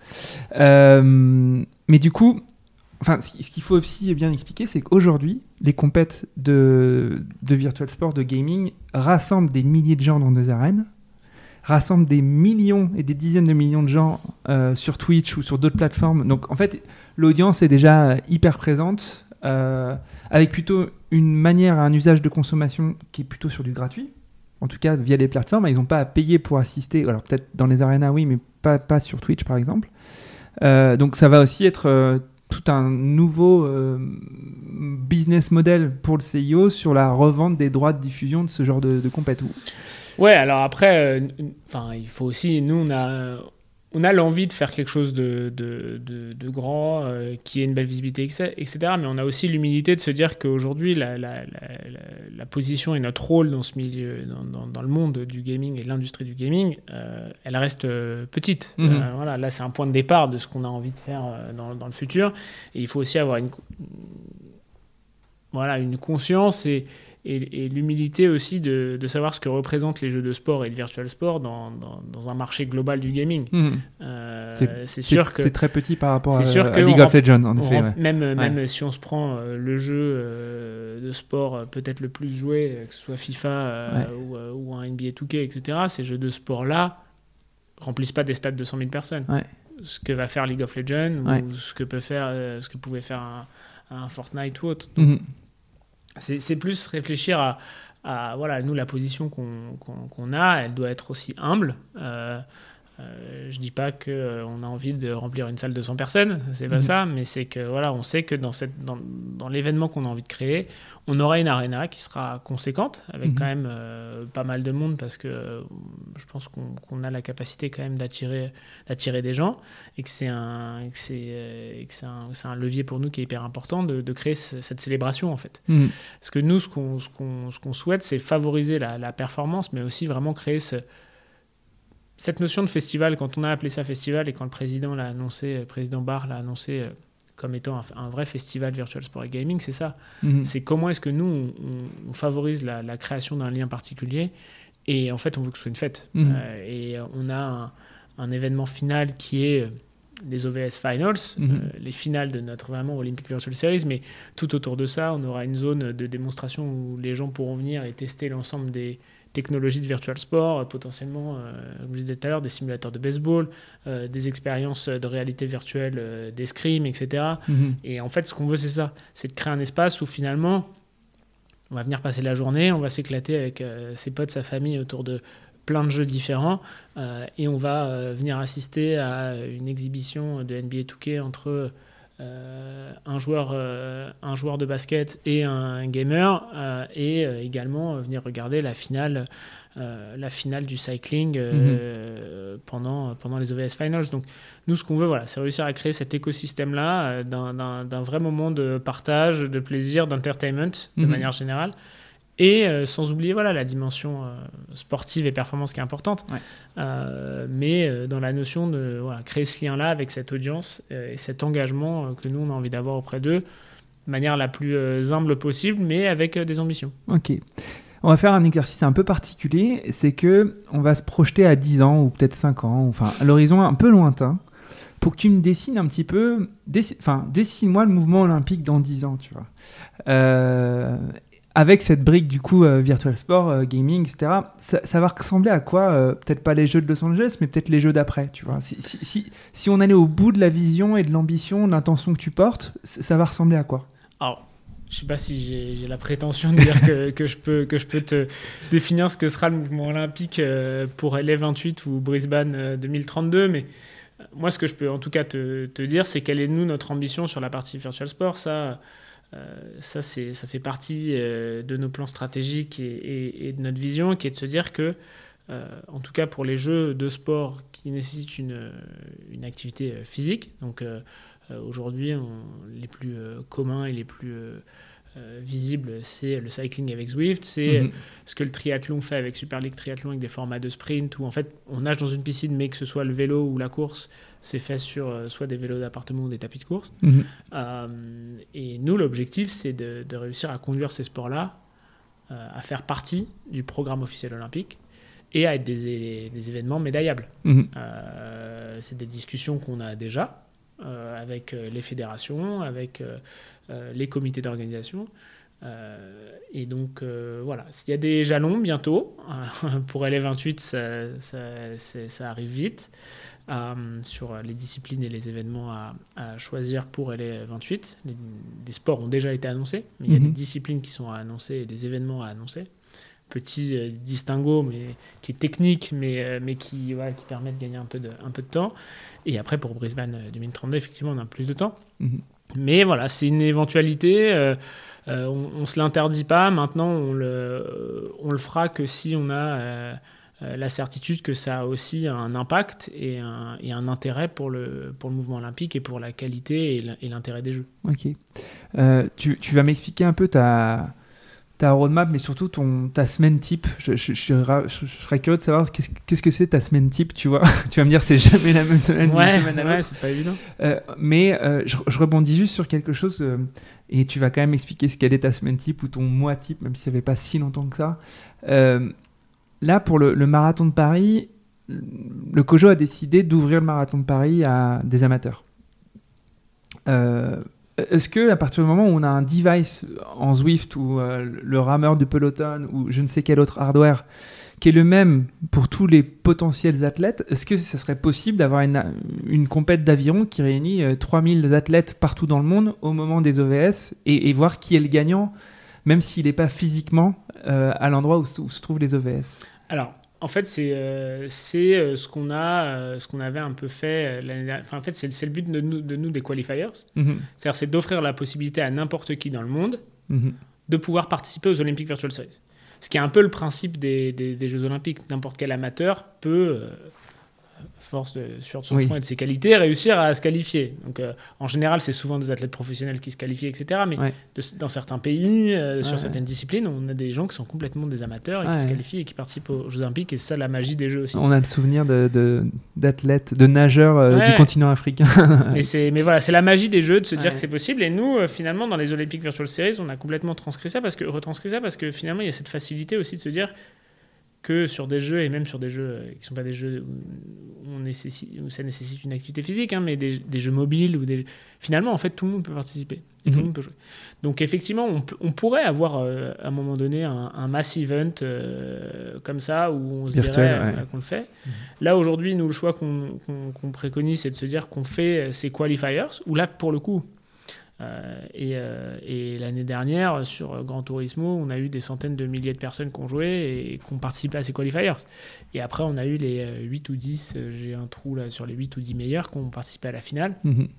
Mais du coup, ce qu'il faut aussi bien expliquer, c'est qu'aujourd'hui, les compètes de virtual sport, de gaming, rassemblent des milliers de gens dans des arènes, rassemblent des millions et des dizaines de millions de gens sur Twitch ou sur d'autres plateformes. Donc en fait, l'audience est déjà hyper présente, avec plutôt une manière, un usage de consommation qui est plutôt sur du gratuit. En tout cas, via les plateformes, ils n'ont pas à payer pour assister. Alors peut-être dans les arénas, oui, mais pas sur Twitch, par exemple. Donc ça va aussi être tout un nouveau business model pour le CIO sur la revente des droits de diffusion de ce genre de compète. Ouais, alors après, il faut aussi, nous, on a l'envie de faire quelque chose de grand, qui ait une belle visibilité, etc. Mais on a aussi l'humilité de se dire qu'aujourd'hui, la position et notre rôle dans ce milieu, dans le monde du gaming et l'industrie du gaming, elle reste petite. Voilà, là, c'est un point de départ de ce qu'on a envie de faire dans le futur. Et il faut aussi avoir une conscience et l'humilité aussi de savoir ce que représentent les jeux de sport et le virtual sport dans un marché global du gaming. C'est sûr que c'est très petit par rapport à que League of Legends, en effet. Même si on se prend le jeu de sport peut-être le plus joué, que ce soit FIFA ou un NBA 2K, etc., ces jeux de sport-là remplissent pas des stades de 100 000 personnes. Ce que va faire League of Legends ou ce que pouvait faire un Fortnite ou autre. Donc, c'est plus réfléchir à voilà, nous, la position qu'on a, elle doit être aussi humble. Je dis pas qu'on a envie de remplir une salle de 100 personnes, c'est pas ça, mais c'est que voilà, on sait que dans l'événement qu'on a envie de créer, on aura une arena qui sera conséquente, avec quand même pas mal de monde, parce que je pense qu'on a la capacité quand même d'attirer des gens, et que c'est un levier pour nous qui est hyper important de créer cette célébration en fait. Parce que nous, ce qu'on souhaite, c'est favoriser la performance, mais aussi vraiment créer cette notion de festival. Quand on a appelé ça festival et quand le président Barr l'a annoncé comme étant un vrai festival virtual sport et gaming, c'est ça. C'est comment est-ce que nous, on favorise la création d'un lien particulier, et en fait, on veut que ce soit une fête. Et on a un événement final qui est les OVS Finals, les finales de notre vraiment Olympic Virtual Series, mais tout autour de ça, on aura une zone de démonstration où les gens pourront venir et tester l'ensemble des technologies de virtual sport, potentiellement, comme je disais tout à l'heure, des simulateurs de baseball, des expériences de réalité virtuelle, d'escrime, etc. Et en fait, ce qu'on veut, c'est ça, c'est de créer un espace où finalement, on va venir passer la journée, on va s'éclater avec ses potes, sa famille autour de plein de jeux différents, et on va venir assister à une exhibition de NBA 2K entre un joueur de basket et un gamer, et également venir regarder la finale du cycling pendant les OVS Finals. Donc nous, ce qu'on veut, voilà, c'est réussir à créer cet écosystème-là d'un vrai moment de partage, de plaisir, d'entertainment de manière générale, et sans oublier voilà, la dimension sportive et performance qui est importante, mais dans la notion de créer ce lien-là avec cette audience et cet engagement que nous, on a envie d'avoir auprès d'eux, de manière la plus humble possible, mais avec des ambitions. Ok. On va faire un exercice un peu particulier, c'est qu'on va se projeter à 10 ans ou peut-être 5 ans, enfin à l'horizon un peu lointain, pour que tu me dessines un petit peu, dessine-moi le mouvement olympique dans 10 ans, tu vois. Avec cette brique du coup virtual sport, gaming, etc., ça va ressembler à quoi peut-être pas les jeux de Los Angeles, mais peut-être les jeux d'après, tu vois. Si on allait au bout de la vision et de l'ambition, de l'intention que tu portes, ça va ressembler à quoi? Alors, je sais pas si j'ai la prétention de dire que je peux te définir ce que sera le mouvement olympique pour LA28 ou Brisbane 2032, mais moi, ce que je peux en tout cas te dire, c'est quelle est notre ambition sur la partie virtual sport. Ça fait partie de nos plans stratégiques et de notre vision, qui est de se dire que, en tout cas pour les jeux de sport qui nécessitent une activité physique, donc aujourd'hui les plus communs et les plus visibles, c'est le cycling avec Zwift, c'est ce que le triathlon fait avec Super League Triathlon, avec des formats de sprint où en fait on nage dans une piscine, mais que ce soit le vélo ou la course, c'est fait sur soit des vélos d'appartement ou des tapis de course. Et nous, l'objectif, c'est de réussir à conduire ces sports-là, à faire partie du programme officiel olympique et à être des événements médaillables. C'est des discussions qu'on a déjà avec les fédérations, avec les comités d'organisation. Et donc, voilà, s'il y a des jalons bientôt, pour LA28, ça arrive vite. Sur les disciplines et les événements à choisir pour LA28. Les sports ont déjà été annoncés, mais il y a des disciplines qui sont à annoncer et des événements à annoncer. Petit distinguo, mais qui est technique, mais qui permet de gagner un peu de temps. Et après, pour Brisbane 2032, effectivement, on a plus de temps. Mais voilà, c'est une éventualité. On ne se l'interdit pas. Maintenant, on le fera que si on a la certitude que ça a aussi un impact et un intérêt pour le mouvement olympique et pour la qualité et l'intérêt des jeux. Ok. Tu vas m'expliquer un peu ta roadmap, mais surtout ta semaine type. Je serais curieux de savoir qu'est-ce que c'est ta semaine type, tu vois. Tu vas me dire c'est jamais la même semaine d'une semaine à l'autre. Ouais, c'est pas évident. Mais je rebondis juste sur quelque chose et tu vas quand même expliquer quelle est ta semaine type ou ton mois type, même si ça fait pas si longtemps que ça. Là, pour le marathon de Paris, le COJO a décidé d'ouvrir le marathon de Paris à des amateurs. Est-ce qu'à partir du moment où on a un device en Zwift ou le rameur du peloton ou je ne sais quel autre hardware qui est le même pour tous les potentiels athlètes, est-ce que ça serait possible d'avoir une compète d'aviron qui réunit 3000 athlètes partout dans le monde au moment des OVS et voir qui est le gagnant, même s'il n'est pas physiquement à l'endroit où se trouvent les OVS? Alors, en fait, c'est ce qu'on avait un peu fait l'année dernière. Enfin, en fait, c'est le but de nous des qualifiers. C'est-à-dire, c'est d'offrir la possibilité à n'importe qui dans le monde de pouvoir participer aux Olympic Virtual Series. Ce qui est un peu le principe des Jeux Olympiques. N'importe quel amateur peut, force sur son front et de ses qualités, réussir à se qualifier. Donc, en général, c'est souvent des athlètes professionnels qui se qualifient, etc. Mais dans certains pays, sur certaines disciplines, on a des gens qui sont complètement des amateurs et qui se qualifient et qui participent aux Jeux Olympiques. Et c'est ça la magie des Jeux aussi. On a le souvenir d'athlètes, de nageurs du continent africain. mais voilà, c'est la magie des Jeux de se dire que c'est possible. Et nous, finalement, dans les Olympic Virtual Series, on a complètement retranscrit ça parce que finalement, il y a cette facilité aussi de se dire que sur des jeux, et même sur des jeux qui ne sont pas des jeux où ça nécessite une activité physique, mais des jeux mobiles, finalement, en fait, tout le monde peut participer et tout le monde peut jouer. Donc, effectivement, on pourrait avoir, à un moment donné, un mass event comme ça, où on se dirait qu'on le fait. Là, aujourd'hui, nous, le choix qu'on préconise, c'est de se dire qu'on fait ces qualifiers, où là, pour le coup, et l'année dernière sur Gran Turismo on a eu des centaines de milliers de personnes qui ont joué et qui ont participé à ces qualifiers, et après on a eu les 8 ou 10, j'ai un trou là sur les 8 ou 10 meilleurs qui ont participé à la finale,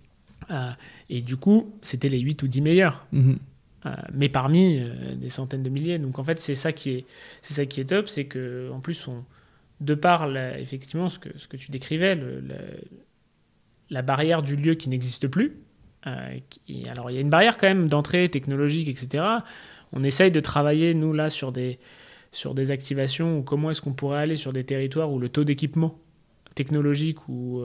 et du coup c'était les 8 ou 10 meilleurs, mais parmi des centaines de milliers. Donc en fait c'est ça qui est top, c'est que en plus de par effectivement ce que tu décrivais, la barrière du lieu qui n'existe plus. Alors il y a une barrière quand même d'entrée technologique, etc. On essaye de travailler nous là sur des activations, ou comment est-ce qu'on pourrait aller sur des territoires où le taux d'équipement technologique ou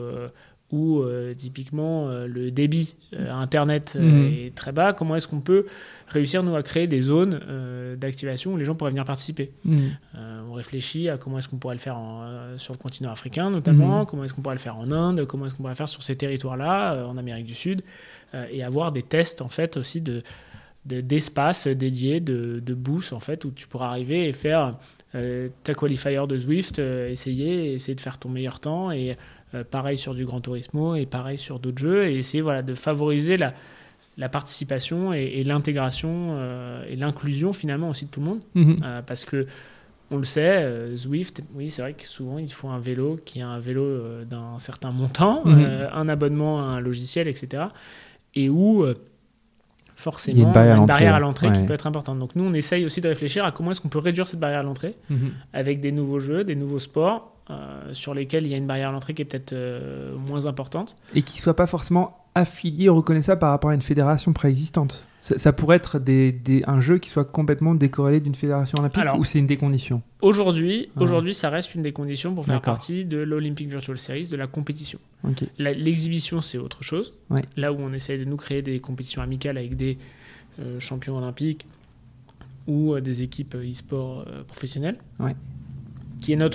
typiquement le débit internet est très bas. Comment est-ce qu'on peut réussir nous à créer des zones d'activation où les gens pourraient venir participer. On réfléchit à comment est-ce qu'on pourrait le faire sur le continent africain notamment, comment est-ce qu'on pourrait le faire en Inde, comment est-ce qu'on pourrait le faire sur ces territoires-là, en Amérique du Sud, et avoir des tests en fait aussi d'espaces dédiés, de booths en fait, où tu pourras arriver et faire ta qualifier de Zwift, essayer de faire ton meilleur temps, et pareil sur du Gran Turismo et pareil sur d'autres jeux, et essayer de favoriser la participation et l'intégration et l'inclusion finalement aussi de tout le monde, parce que on le sait, Zwift, oui, c'est vrai que souvent il faut un vélo qui est un vélo d'un certain montant, un abonnement à un logiciel, etc. Et où forcément il y a une barrière à l'entrée qui peut être importante. Donc nous on essaye aussi de réfléchir à comment est-ce qu'on peut réduire cette barrière à l'entrée avec des nouveaux jeux, des nouveaux sports sur lesquels il y a une barrière à l'entrée qui est peut-être moins importante. Et qui ne soit pas forcément affilié, reconnaissable par rapport à une fédération préexistante. Ça pourrait être un jeu qui soit complètement décorrélé d'une fédération olympique. Alors, ou c'est une des conditions? Aujourd'hui, ça reste une des conditions pour faire partie de l'Olympic Virtual Series, de la compétition. L'exhibition, c'est autre chose. Là où on essaie de nous créer des compétitions amicales avec des champions olympiques ou des équipes e-sport professionnelles, qui est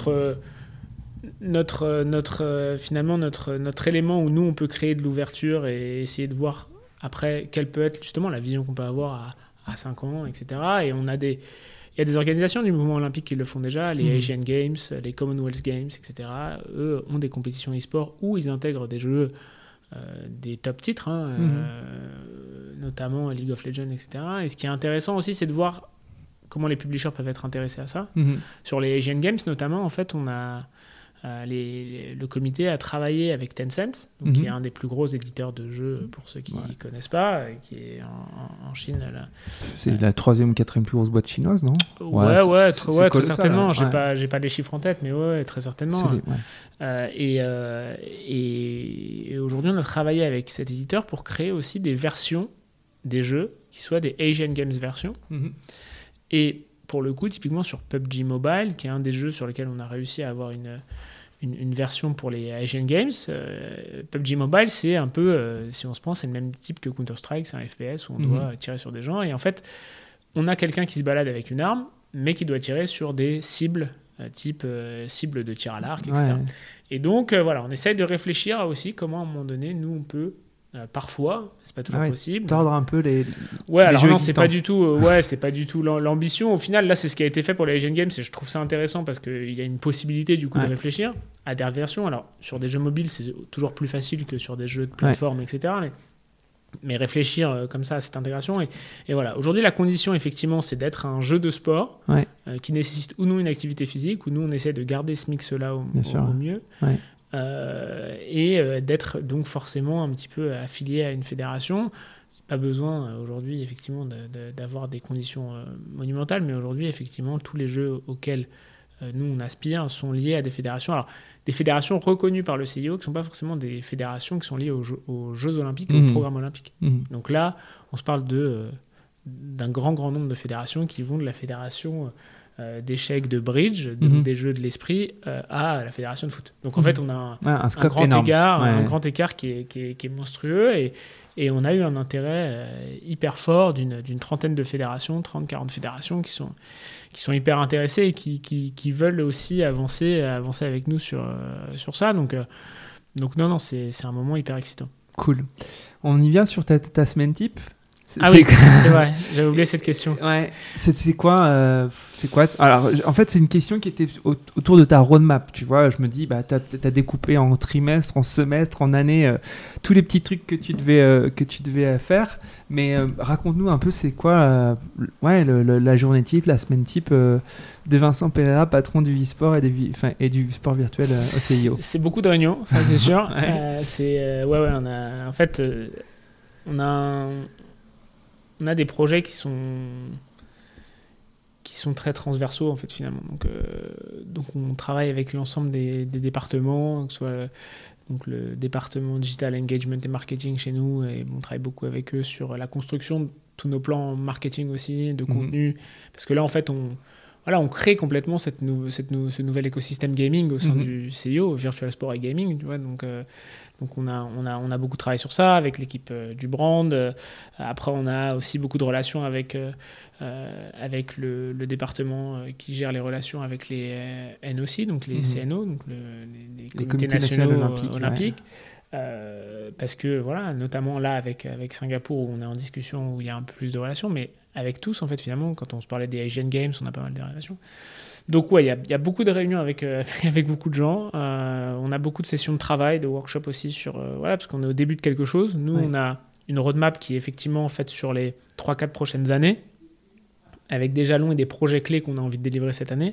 finalement notre élément où nous on peut créer de l'ouverture et essayer de voir après quelle peut être justement la vision qu'on peut avoir à 5 ans, etc. Et il y a des organisations du mouvement olympique qui le font déjà, les Asian Games, les Commonwealth Games, etc. Eux ont des compétitions e-sport où ils intègrent des jeux, des top titres, notamment League of Legends, etc. Et ce qui est intéressant aussi, c'est de voir comment les publishers peuvent être intéressés à ça. Sur les Asian Games notamment, en fait, on a le comité a travaillé avec Tencent, donc qui est un des plus gros éditeurs de jeux pour ceux qui ne connaissent pas, qui est en Chine. C'est la 3e ou 4e plus grosse boîte chinoise, non? Très certainement. J'ai pas les chiffres en tête, mais très certainement. Et aujourd'hui, on a travaillé avec cet éditeur pour créer aussi des versions des jeux qui soient des Asian Games versions. Et pour le coup, typiquement sur PUBG Mobile, qui est un des jeux sur lesquels on a réussi à avoir une version pour les Asian Games, PUBG Mobile, c'est un peu, si on se prend, c'est le même type que Counter-Strike, c'est un FPS où on doit tirer sur des gens. Et en fait, on a quelqu'un qui se balade avec une arme, mais qui doit tirer sur des cibles, type cible de tir à l'arc, etc. Et donc, on essaye de réfléchir à aussi comment, à un moment donné, nous, on peut Parfois, c'est pas toujours possible. Tordre un peu les alors jeux non, existants. c'est pas du tout l'ambition. Au final, là, c'est ce qui a été fait pour les Asian Games et je trouve ça intéressant parce qu'il y a une possibilité du coup de réfléchir à des versions. Alors, sur des jeux mobiles, c'est toujours plus facile que sur des jeux de plateforme, etc. Mais réfléchir comme ça à cette intégration. Et voilà. Aujourd'hui, la condition, effectivement, c'est d'être un jeu de sport qui nécessite ou non une activité physique, où nous, on essaie de garder ce mix-là au mieux. Ouais. Et d'être donc forcément un petit peu affilié à une fédération. Pas besoin aujourd'hui effectivement d'avoir des conditions monumentales, mais aujourd'hui effectivement tous les jeux auxquels nous on aspire sont liés à des fédérations. Alors des fédérations reconnues par le CIO qui ne sont pas forcément des fédérations qui sont liées aux Jeux Olympiques ou au programme olympique. Donc là on se parle d'un grand nombre de fédérations qui vont de la fédération d'échecs de bridge, des jeux de l'esprit, à la fédération de foot. Donc en fait, on a un grand écart qui est monstrueux et on a eu un intérêt hyper fort d'une trentaine de fédérations, 30-40 fédérations qui sont hyper intéressées et qui veulent aussi avancer avec nous sur ça. Donc non, c'est un moment hyper excitant. Cool. On y vient sur ta semaine type. Oui, c'est vrai, j'avais oublié cette question. Ouais, c'est quoi Alors, en fait, c'est une question qui était autour de ta roadmap, tu vois. Je me dis, t'as découpé en trimestre, en semestre, en année, tous les petits trucs que tu devais faire. Mais raconte-nous un peu, c'est quoi la journée type, la semaine type de Vincent Pereira, patron du e-sport et du sport virtuel au CIO. C'est beaucoup de réunions, ça c'est sûr. On a des projets qui sont très transversaux en fait finalement. Donc on travaille avec l'ensemble des départements, que ce soit donc le département Digital Engagement et Marketing chez nous, et on travaille beaucoup avec eux sur la construction de tous nos plans marketing aussi, de contenu, parce que là en fait on crée complètement ce nouvel écosystème gaming au sein du CIO, Virtual Sport et Gaming, tu vois, donc on a beaucoup travaillé sur ça avec l'équipe du brand. Après, on a aussi beaucoup de relations avec le département qui gère les relations avec les NOC, donc les CNO, donc les comités nationaux olympiques. Parce que, voilà, notamment là avec Singapour, où on est en discussion, où il y a un peu plus de relations, mais avec tous, en fait, finalement, quand on se parlait des Asian Games, on a pas mal de relations. Donc il y a beaucoup de réunions avec beaucoup de gens. On a beaucoup de sessions de travail, de workshops aussi parce qu'on est au début de quelque chose. Nous, on a une roadmap qui est effectivement faite sur les 3-4 prochaines années, avec des jalons et des projets clés qu'on a envie de délivrer cette année.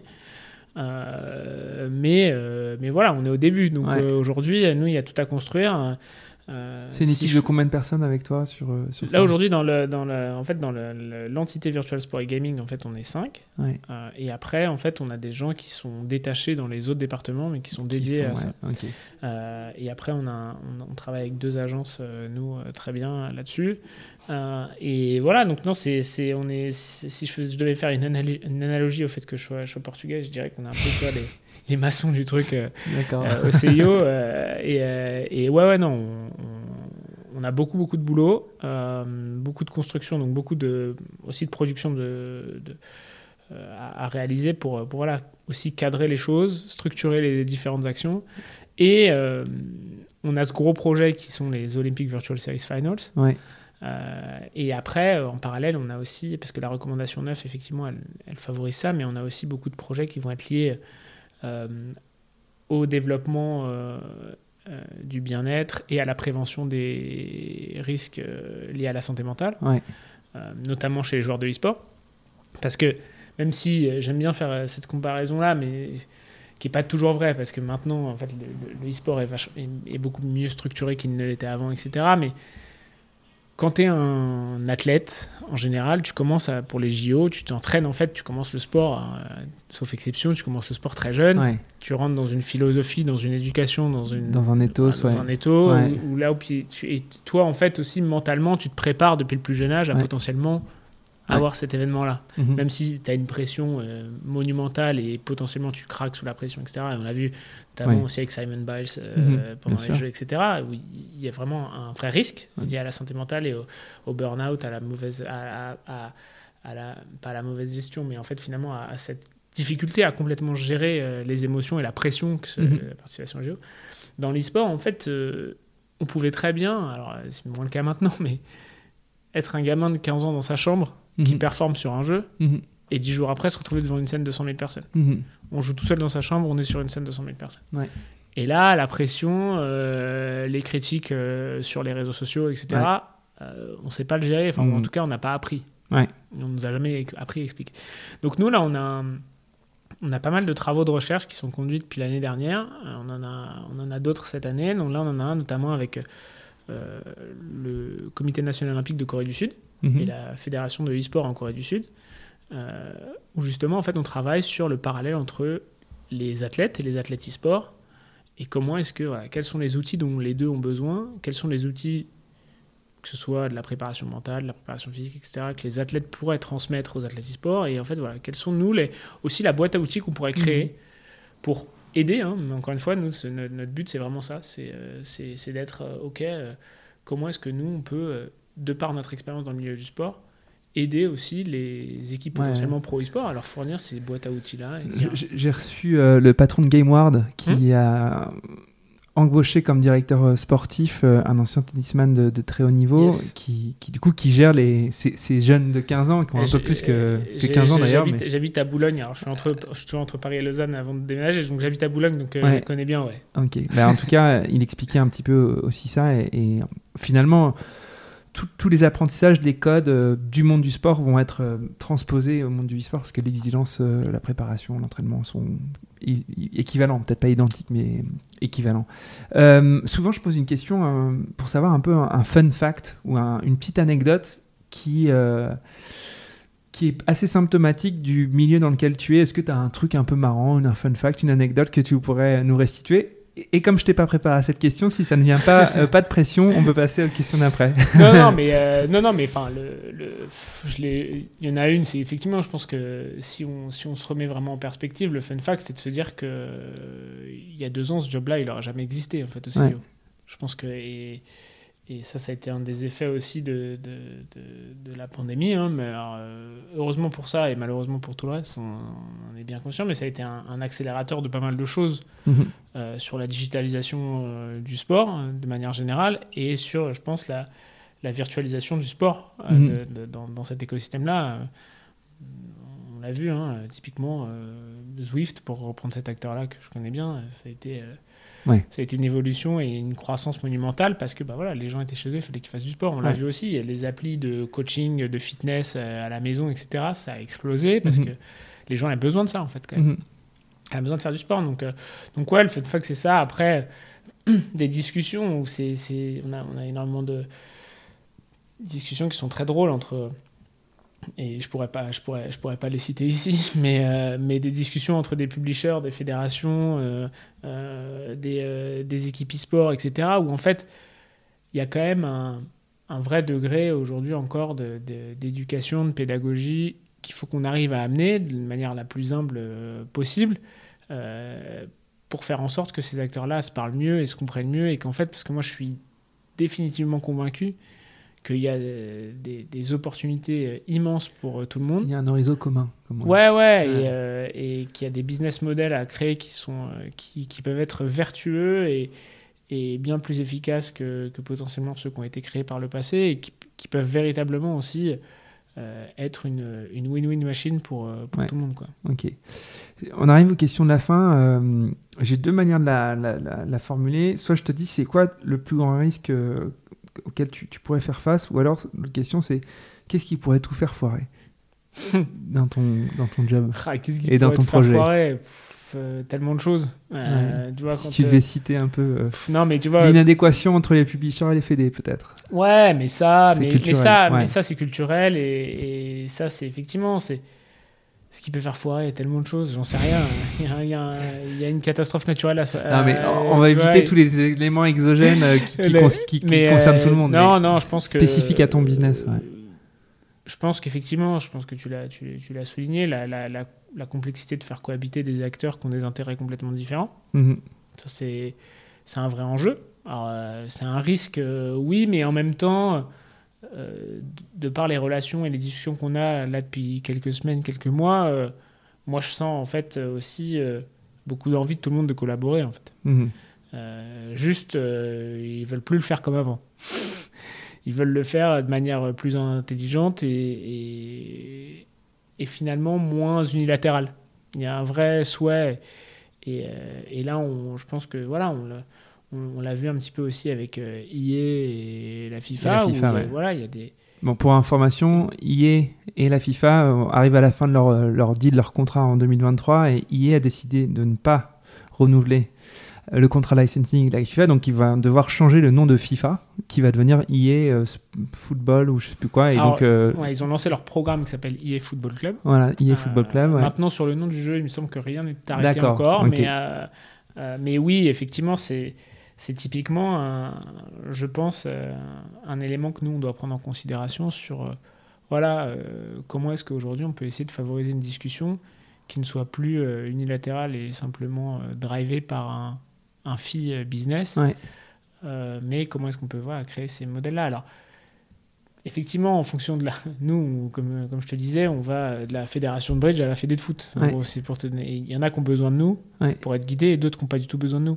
Mais voilà, on est au début. Donc aujourd'hui, nous, il y a tout à construire. C'est une équipe de combien de personnes avec toi sur ça ? Là aujourd'hui dans l'entité Virtual Sport et Gaming, en fait on est 5 et après en fait on a des gens qui sont détachés dans les autres départements mais qui sont dédiés à ça. Et après on travaille avec 2 agences nous très bien là-dessus et voilà, donc non si je devais faire une analogie au fait que je sois portugais, je dirais qu'on a un peu les maçons du truc au CIO et non, on a beaucoup de boulot, beaucoup de construction, donc beaucoup aussi de production à réaliser pour voilà, aussi cadrer les choses, structurer les différentes actions. Et on a ce gros projet qui sont les Olympic Virtual Series Finals. Et après, en parallèle, on a aussi, parce que la recommandation 9, effectivement, elle favorise ça, mais on a aussi beaucoup de projets qui vont être liés au développement du bien-être et à la prévention des risques liés à la santé mentale, notamment chez les joueurs de e-sport. Parce que même si j'aime bien faire cette comparaison-là, mais qui n'est pas toujours vraie, parce que maintenant, en fait, le e-sport est beaucoup mieux structuré qu'il ne l'était avant, etc. Mais quand tu es un athlète, en général, tu commences pour les JO, tu t'entraînes, en fait, tu commences le sport, sauf exception, tu commences le sport très jeune, tu rentres dans une philosophie, dans une éducation, dans un ethos, où là, et toi, en fait, aussi, mentalement, tu te prépares depuis le plus jeune âge à potentiellement avoir cet événement-là. Même si tu as une pression monumentale et potentiellement tu craques sous la pression, etc. Et on l'a vu notamment aussi avec Simon Biles pendant les Jeux, etc. Où il y a vraiment un vrai risque lié à la santé mentale et au burn-out, à la mauvaise... pas à la mauvaise gestion, mais en fait finalement à cette difficulté à complètement gérer les émotions et la pression que la participation aux Jeux. Dans l'e-sport, en fait... on pouvait très bien, alors c'est moins le cas maintenant, mais être un gamin de 15 ans dans sa chambre qui performe sur un jeu et 10 jours après se retrouver devant une scène de 100 000 personnes. On joue tout seul dans sa chambre, on est sur une scène de 100 000 personnes. Ouais. Et là, la pression, les critiques sur les réseaux sociaux, etc., on ne sait pas le gérer. Enfin, en tout cas, on n'a pas appris. Ouais. On ne nous a jamais appris à expliquer. Donc nous, là, on a pas mal de travaux de recherche qui sont conduits depuis l'année dernière. On en a d'autres cette année. Donc là, on en a un notamment avec le Comité national olympique de Corée du Sud et la Fédération de e-sport en Corée du Sud, où justement, en fait, on travaille sur le parallèle entre les athlètes et les athlètes e-sport. Et comment est-ce que, quels sont les outils dont les deux ont besoin, quels sont les outils, que ce soit de la préparation mentale, de la préparation physique, etc., que les athlètes pourraient transmettre aux athlètes e-sport, et en fait, quels sont, nous, aussi la boîte à outils qu'on pourrait créer pour aider, mais encore une fois, nous, notre but, c'est vraiment ça, c'est d'être, comment est-ce que nous, on peut, de par notre expérience dans le milieu du sport, aider aussi les équipes potentiellement pro e-sport à leur fournir ces boîtes à outils-là. J'ai reçu le patron de GameWard qui a embauché comme directeur sportif un ancien tennisman de très haut niveau qui du coup qui gère ces jeunes de 15 ans qui ont un peu plus que 15 ans d'ailleurs. J'habite à Boulogne, alors je suis toujours entre Paris et Lausanne avant de déménager, donc j'habite à Boulogne, donc je les connais bien. Ouais. Ok. En tout cas, il expliquait un petit peu aussi ça et finalement... Tous les apprentissages, les codes du monde du sport vont être transposés au monde du e-sport parce que l'exigence, la préparation, l'entraînement sont équivalents, peut-être pas identiques, mais équivalents. Souvent, je pose une question pour savoir un peu un fun fact ou une petite anecdote qui est assez symptomatique du milieu dans lequel tu es. Est-ce que tu as un truc un peu marrant, un fun fact, une anecdote que tu pourrais nous restituer ? Et comme je t'ai pas préparé à cette question, si ça ne vient pas, pas de pression, on peut passer aux questions d'après. Non, mais enfin, il y en a une, c'est effectivement, je pense que si on se remet vraiment en perspective, le fun fact, c'est de se dire que il y a 2 ans, ce job-là, il n'aurait jamais existé en fait au CEO. Ouais. Je pense que et ça a été un des effets aussi de la pandémie, mais alors, heureusement pour ça et malheureusement pour tout le reste, on est bien conscient, mais ça a été un accélérateur de pas mal de choses sur la digitalisation du sport de manière générale et sur, je pense, la virtualisation du sport dans cet écosystème-là. On l'a vu, typiquement Zwift, pour reprendre cet acteur-là que je connais bien, ça a été une évolution et une croissance monumentale parce que les gens étaient chez eux, il fallait qu'ils fassent du sport. On l'a vu aussi, les applis de coaching, de fitness à la maison, etc., ça a explosé parce que les gens avaient besoin de ça en fait quand même. Ils avaient besoin de faire du sport. Donc le fun fact, c'est ça. Après, des discussions où on a énormément de discussions qui sont très drôles entre... Et je pourrais pas les citer ici, mais des discussions entre des publishers, des fédérations, des équipes e-sport, etc., où en fait, il y a quand même un vrai degré aujourd'hui encore d'éducation, de pédagogie qu'il faut qu'on arrive à amener de manière la plus humble possible pour faire en sorte que ces acteurs-là se parlent mieux et se comprennent mieux et qu'en fait, parce que moi je suis définitivement convaincu qu'il y a des opportunités immenses pour tout le monde. Il y a un horizon commun. Et qu'il y a des business models à créer qui peuvent être vertueux et bien plus efficaces que potentiellement ceux qui ont été créés par le passé et qui peuvent véritablement aussi être une win-win machine pour tout le monde. Quoi. Ok. On arrive aux questions de la fin. J'ai 2 manières de la formuler. Soit je te dis c'est quoi le plus grand risque auquel tu pourrais faire face, ou alors la question c'est qu'est-ce qui pourrait tout faire foirer dans ton job et dans ton projet. Tellement de choses. Tu vois, si tu devais citer un peu non, mais tu vois, l'inadéquation entre les publishers et les fédés peut-être. Ouais, mais ça c'est culturel et ça c'est effectivement ce qui peut faire foirer tellement de choses, j'en sais rien. Il y a une catastrophe naturelle non, mais on va éviter tous les éléments exogènes qui concernent tout le monde. Non, je pense spécifique à ton business. Je pense qu'effectivement, que tu l'as souligné, la complexité de faire cohabiter des acteurs qui ont des intérêts complètement différents. Ça, c'est un vrai enjeu. Alors, c'est un risque, oui, mais en même temps, de par les relations et les discussions qu'on a là depuis quelques semaines, quelques mois, moi je sens en fait aussi beaucoup d'envie de tout le monde de collaborer en fait. Juste, ils veulent plus le faire comme avant. Ils veulent le faire de manière plus intelligente et finalement moins unilatérale. Il y a un vrai souhait. Et là, je pense que voilà, on l'a vu un petit peu aussi avec EA et la FIFA. Voilà, il y a des... Bon, pour information, EA et la FIFA arrivent à la fin de leur deal, leur contrat en 2023, et EA a décidé de ne pas renouveler le contrat licensing de la FIFA, donc il va devoir changer le nom de FIFA, qui va devenir EA Football ou je sais plus quoi. Et alors, donc, ils ont lancé leur programme qui s'appelle EA Football Club. Voilà, EA Football Club. Ouais. Maintenant, sur le nom du jeu, il me semble que rien n'est arrêté encore. Okay. Mais oui, effectivement, c'est typiquement, je pense, un élément que nous, on doit prendre en considération sur comment est-ce qu'aujourd'hui, on peut essayer de favoriser une discussion qui ne soit plus unilatérale et simplement drivée par un fee business. Ouais. Mais comment est-ce qu'on peut créer ces modèles-là? Alors, effectivement, en fonction de nous, comme je te disais, on va de la fédération de bridge à la fédé de foot. Ouais. Gros, c'est pour il y en a qui ont besoin de nous pour être guidés et d'autres qui n'ont pas du tout besoin de nous.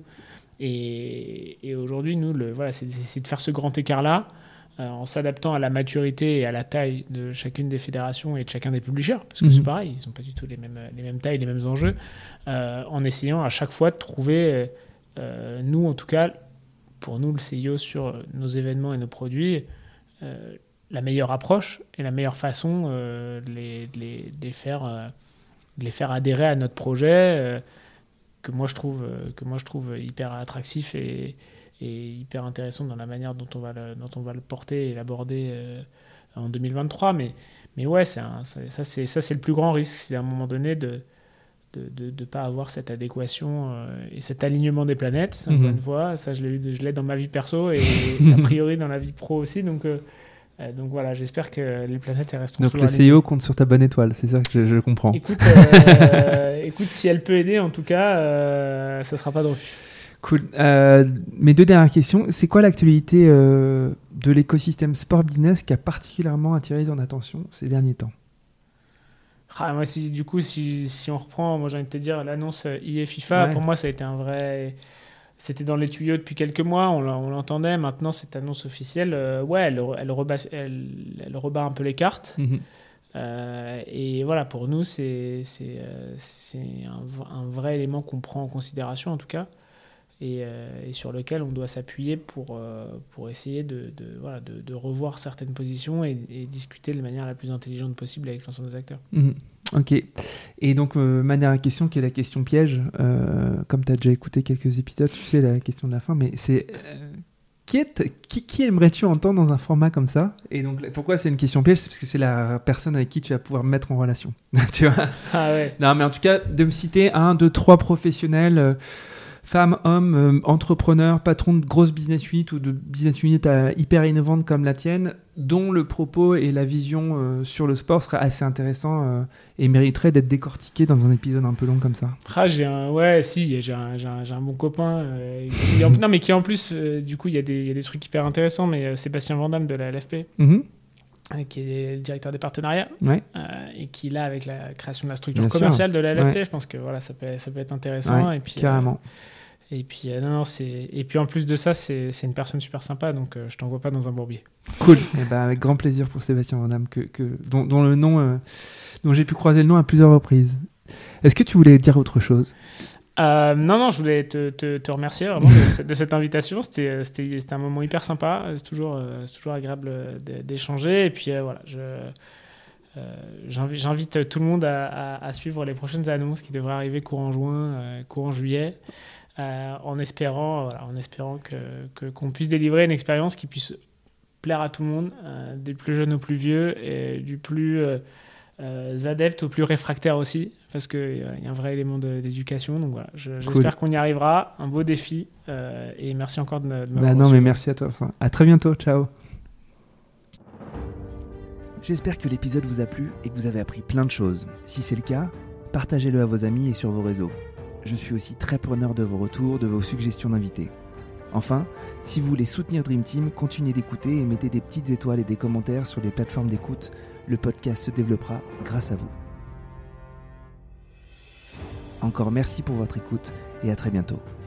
Et aujourd'hui, nous, c'est de faire ce grand écart-là en s'adaptant à la maturité et à la taille de chacune des fédérations et de chacun des publishers, parce que c'est pareil, ils n'ont pas du tout les mêmes tailles, les mêmes enjeux, en essayant à chaque fois de trouver, nous en tout cas, pour nous le CIO sur nos événements et nos produits, la meilleure approche et la meilleure façon de les faire adhérer à notre projet, que moi je trouve hyper attractif et hyper intéressant dans la manière dont on va le porter et l'aborder en 2023. Mais ouais, ça c'est le plus grand risque, c'est à un moment donné de pas avoir cette adéquation et cet alignement des planètes. Encore une fois, ça je l'ai dans ma vie perso et a priori dans la vie pro aussi. Donc voilà, j'espère que les planètes elles resteront toujours alignées. Donc le CIO compte sur ta bonne étoile, c'est ça que je comprends. Écoute, si elle peut aider, en tout cas, ça sera pas de refus. Cool. Mes deux dernières questions. C'est quoi l'actualité de l'écosystème sport business qui a particulièrement attiré ton attention ces derniers temps? Moi, si on reprend, moi j'ai envie de te dire, l'annonce EA FIFA, pour moi ça a été c'était dans les tuyaux depuis quelques mois, on l'entendait. Maintenant, cette annonce officielle, elle rebat un peu les cartes. Et voilà, pour nous, c'est un vrai élément qu'on prend en considération, en tout cas, et sur lequel on doit s'appuyer pour essayer de revoir certaines positions et discuter de manière la plus intelligente possible avec l'ensemble des acteurs. Ok. Et donc, ma dernière question, qui est la question piège, comme tu as déjà écouté quelques épisodes, tu sais la question de la fin, mais c'est qui aimerais-tu entendre dans un format comme ça? Et donc, pourquoi c'est une question piège? C'est parce que c'est la personne avec qui tu vas pouvoir me mettre en relation. Tu vois? Ah ouais. Non, mais en tout cas, de me citer 1, 2, 3 professionnels, femmes, hommes, entrepreneurs, patrons de grosses business units ou de business units hyper innovantes comme la tienne, dont le propos et la vision sur le sport seraient assez intéressants et mériteraient d'être décortiqués dans un épisode un peu long comme ça. J'ai un bon copain qui en plus, du coup, il y a des trucs hyper intéressants, mais Sébastien Vandamme de la LFP, qui est le directeur des partenariats, et qui là, avec la création de la structure commerciale de la LFP, je pense que voilà, ça peut être intéressant. Et puis, carrément. Et puis, et puis en plus de ça, c'est une personne super sympa, donc je t'envoie pas dans un bourbier. Cool. Et avec grand plaisir pour Sébastien Vandamme, dont le nom, dont j'ai pu croiser le nom à plusieurs reprises. Est-ce que tu voulais dire autre chose? Non, je voulais te remercier vraiment de cette invitation. C'était un moment hyper sympa. C'est toujours agréable d'échanger. Et puis voilà, j'invite tout le monde à suivre les prochaines annonces qui devraient arriver courant juin, courant juillet. En espérant qu'on puisse délivrer une expérience qui puisse plaire à tout le monde, des plus jeunes aux plus vieux, et du plus adepte aux plus réfractaires aussi, parce qu'il y a un vrai élément d'éducation. Donc voilà, j'espère qu'on y arrivera. Un beau défi, et merci encore de m'avoir reçu. Mais merci à toi. À très bientôt, ciao. J'espère que l'épisode vous a plu et que vous avez appris plein de choses. Si c'est le cas, partagez-le à vos amis et sur vos réseaux. Je suis aussi très preneur de vos retours, de vos suggestions d'invités. Enfin, si vous voulez soutenir Dream Team, continuez d'écouter et mettez des petites étoiles et des commentaires sur les plateformes d'écoute. Le podcast se développera grâce à vous. Encore merci pour votre écoute et à très bientôt.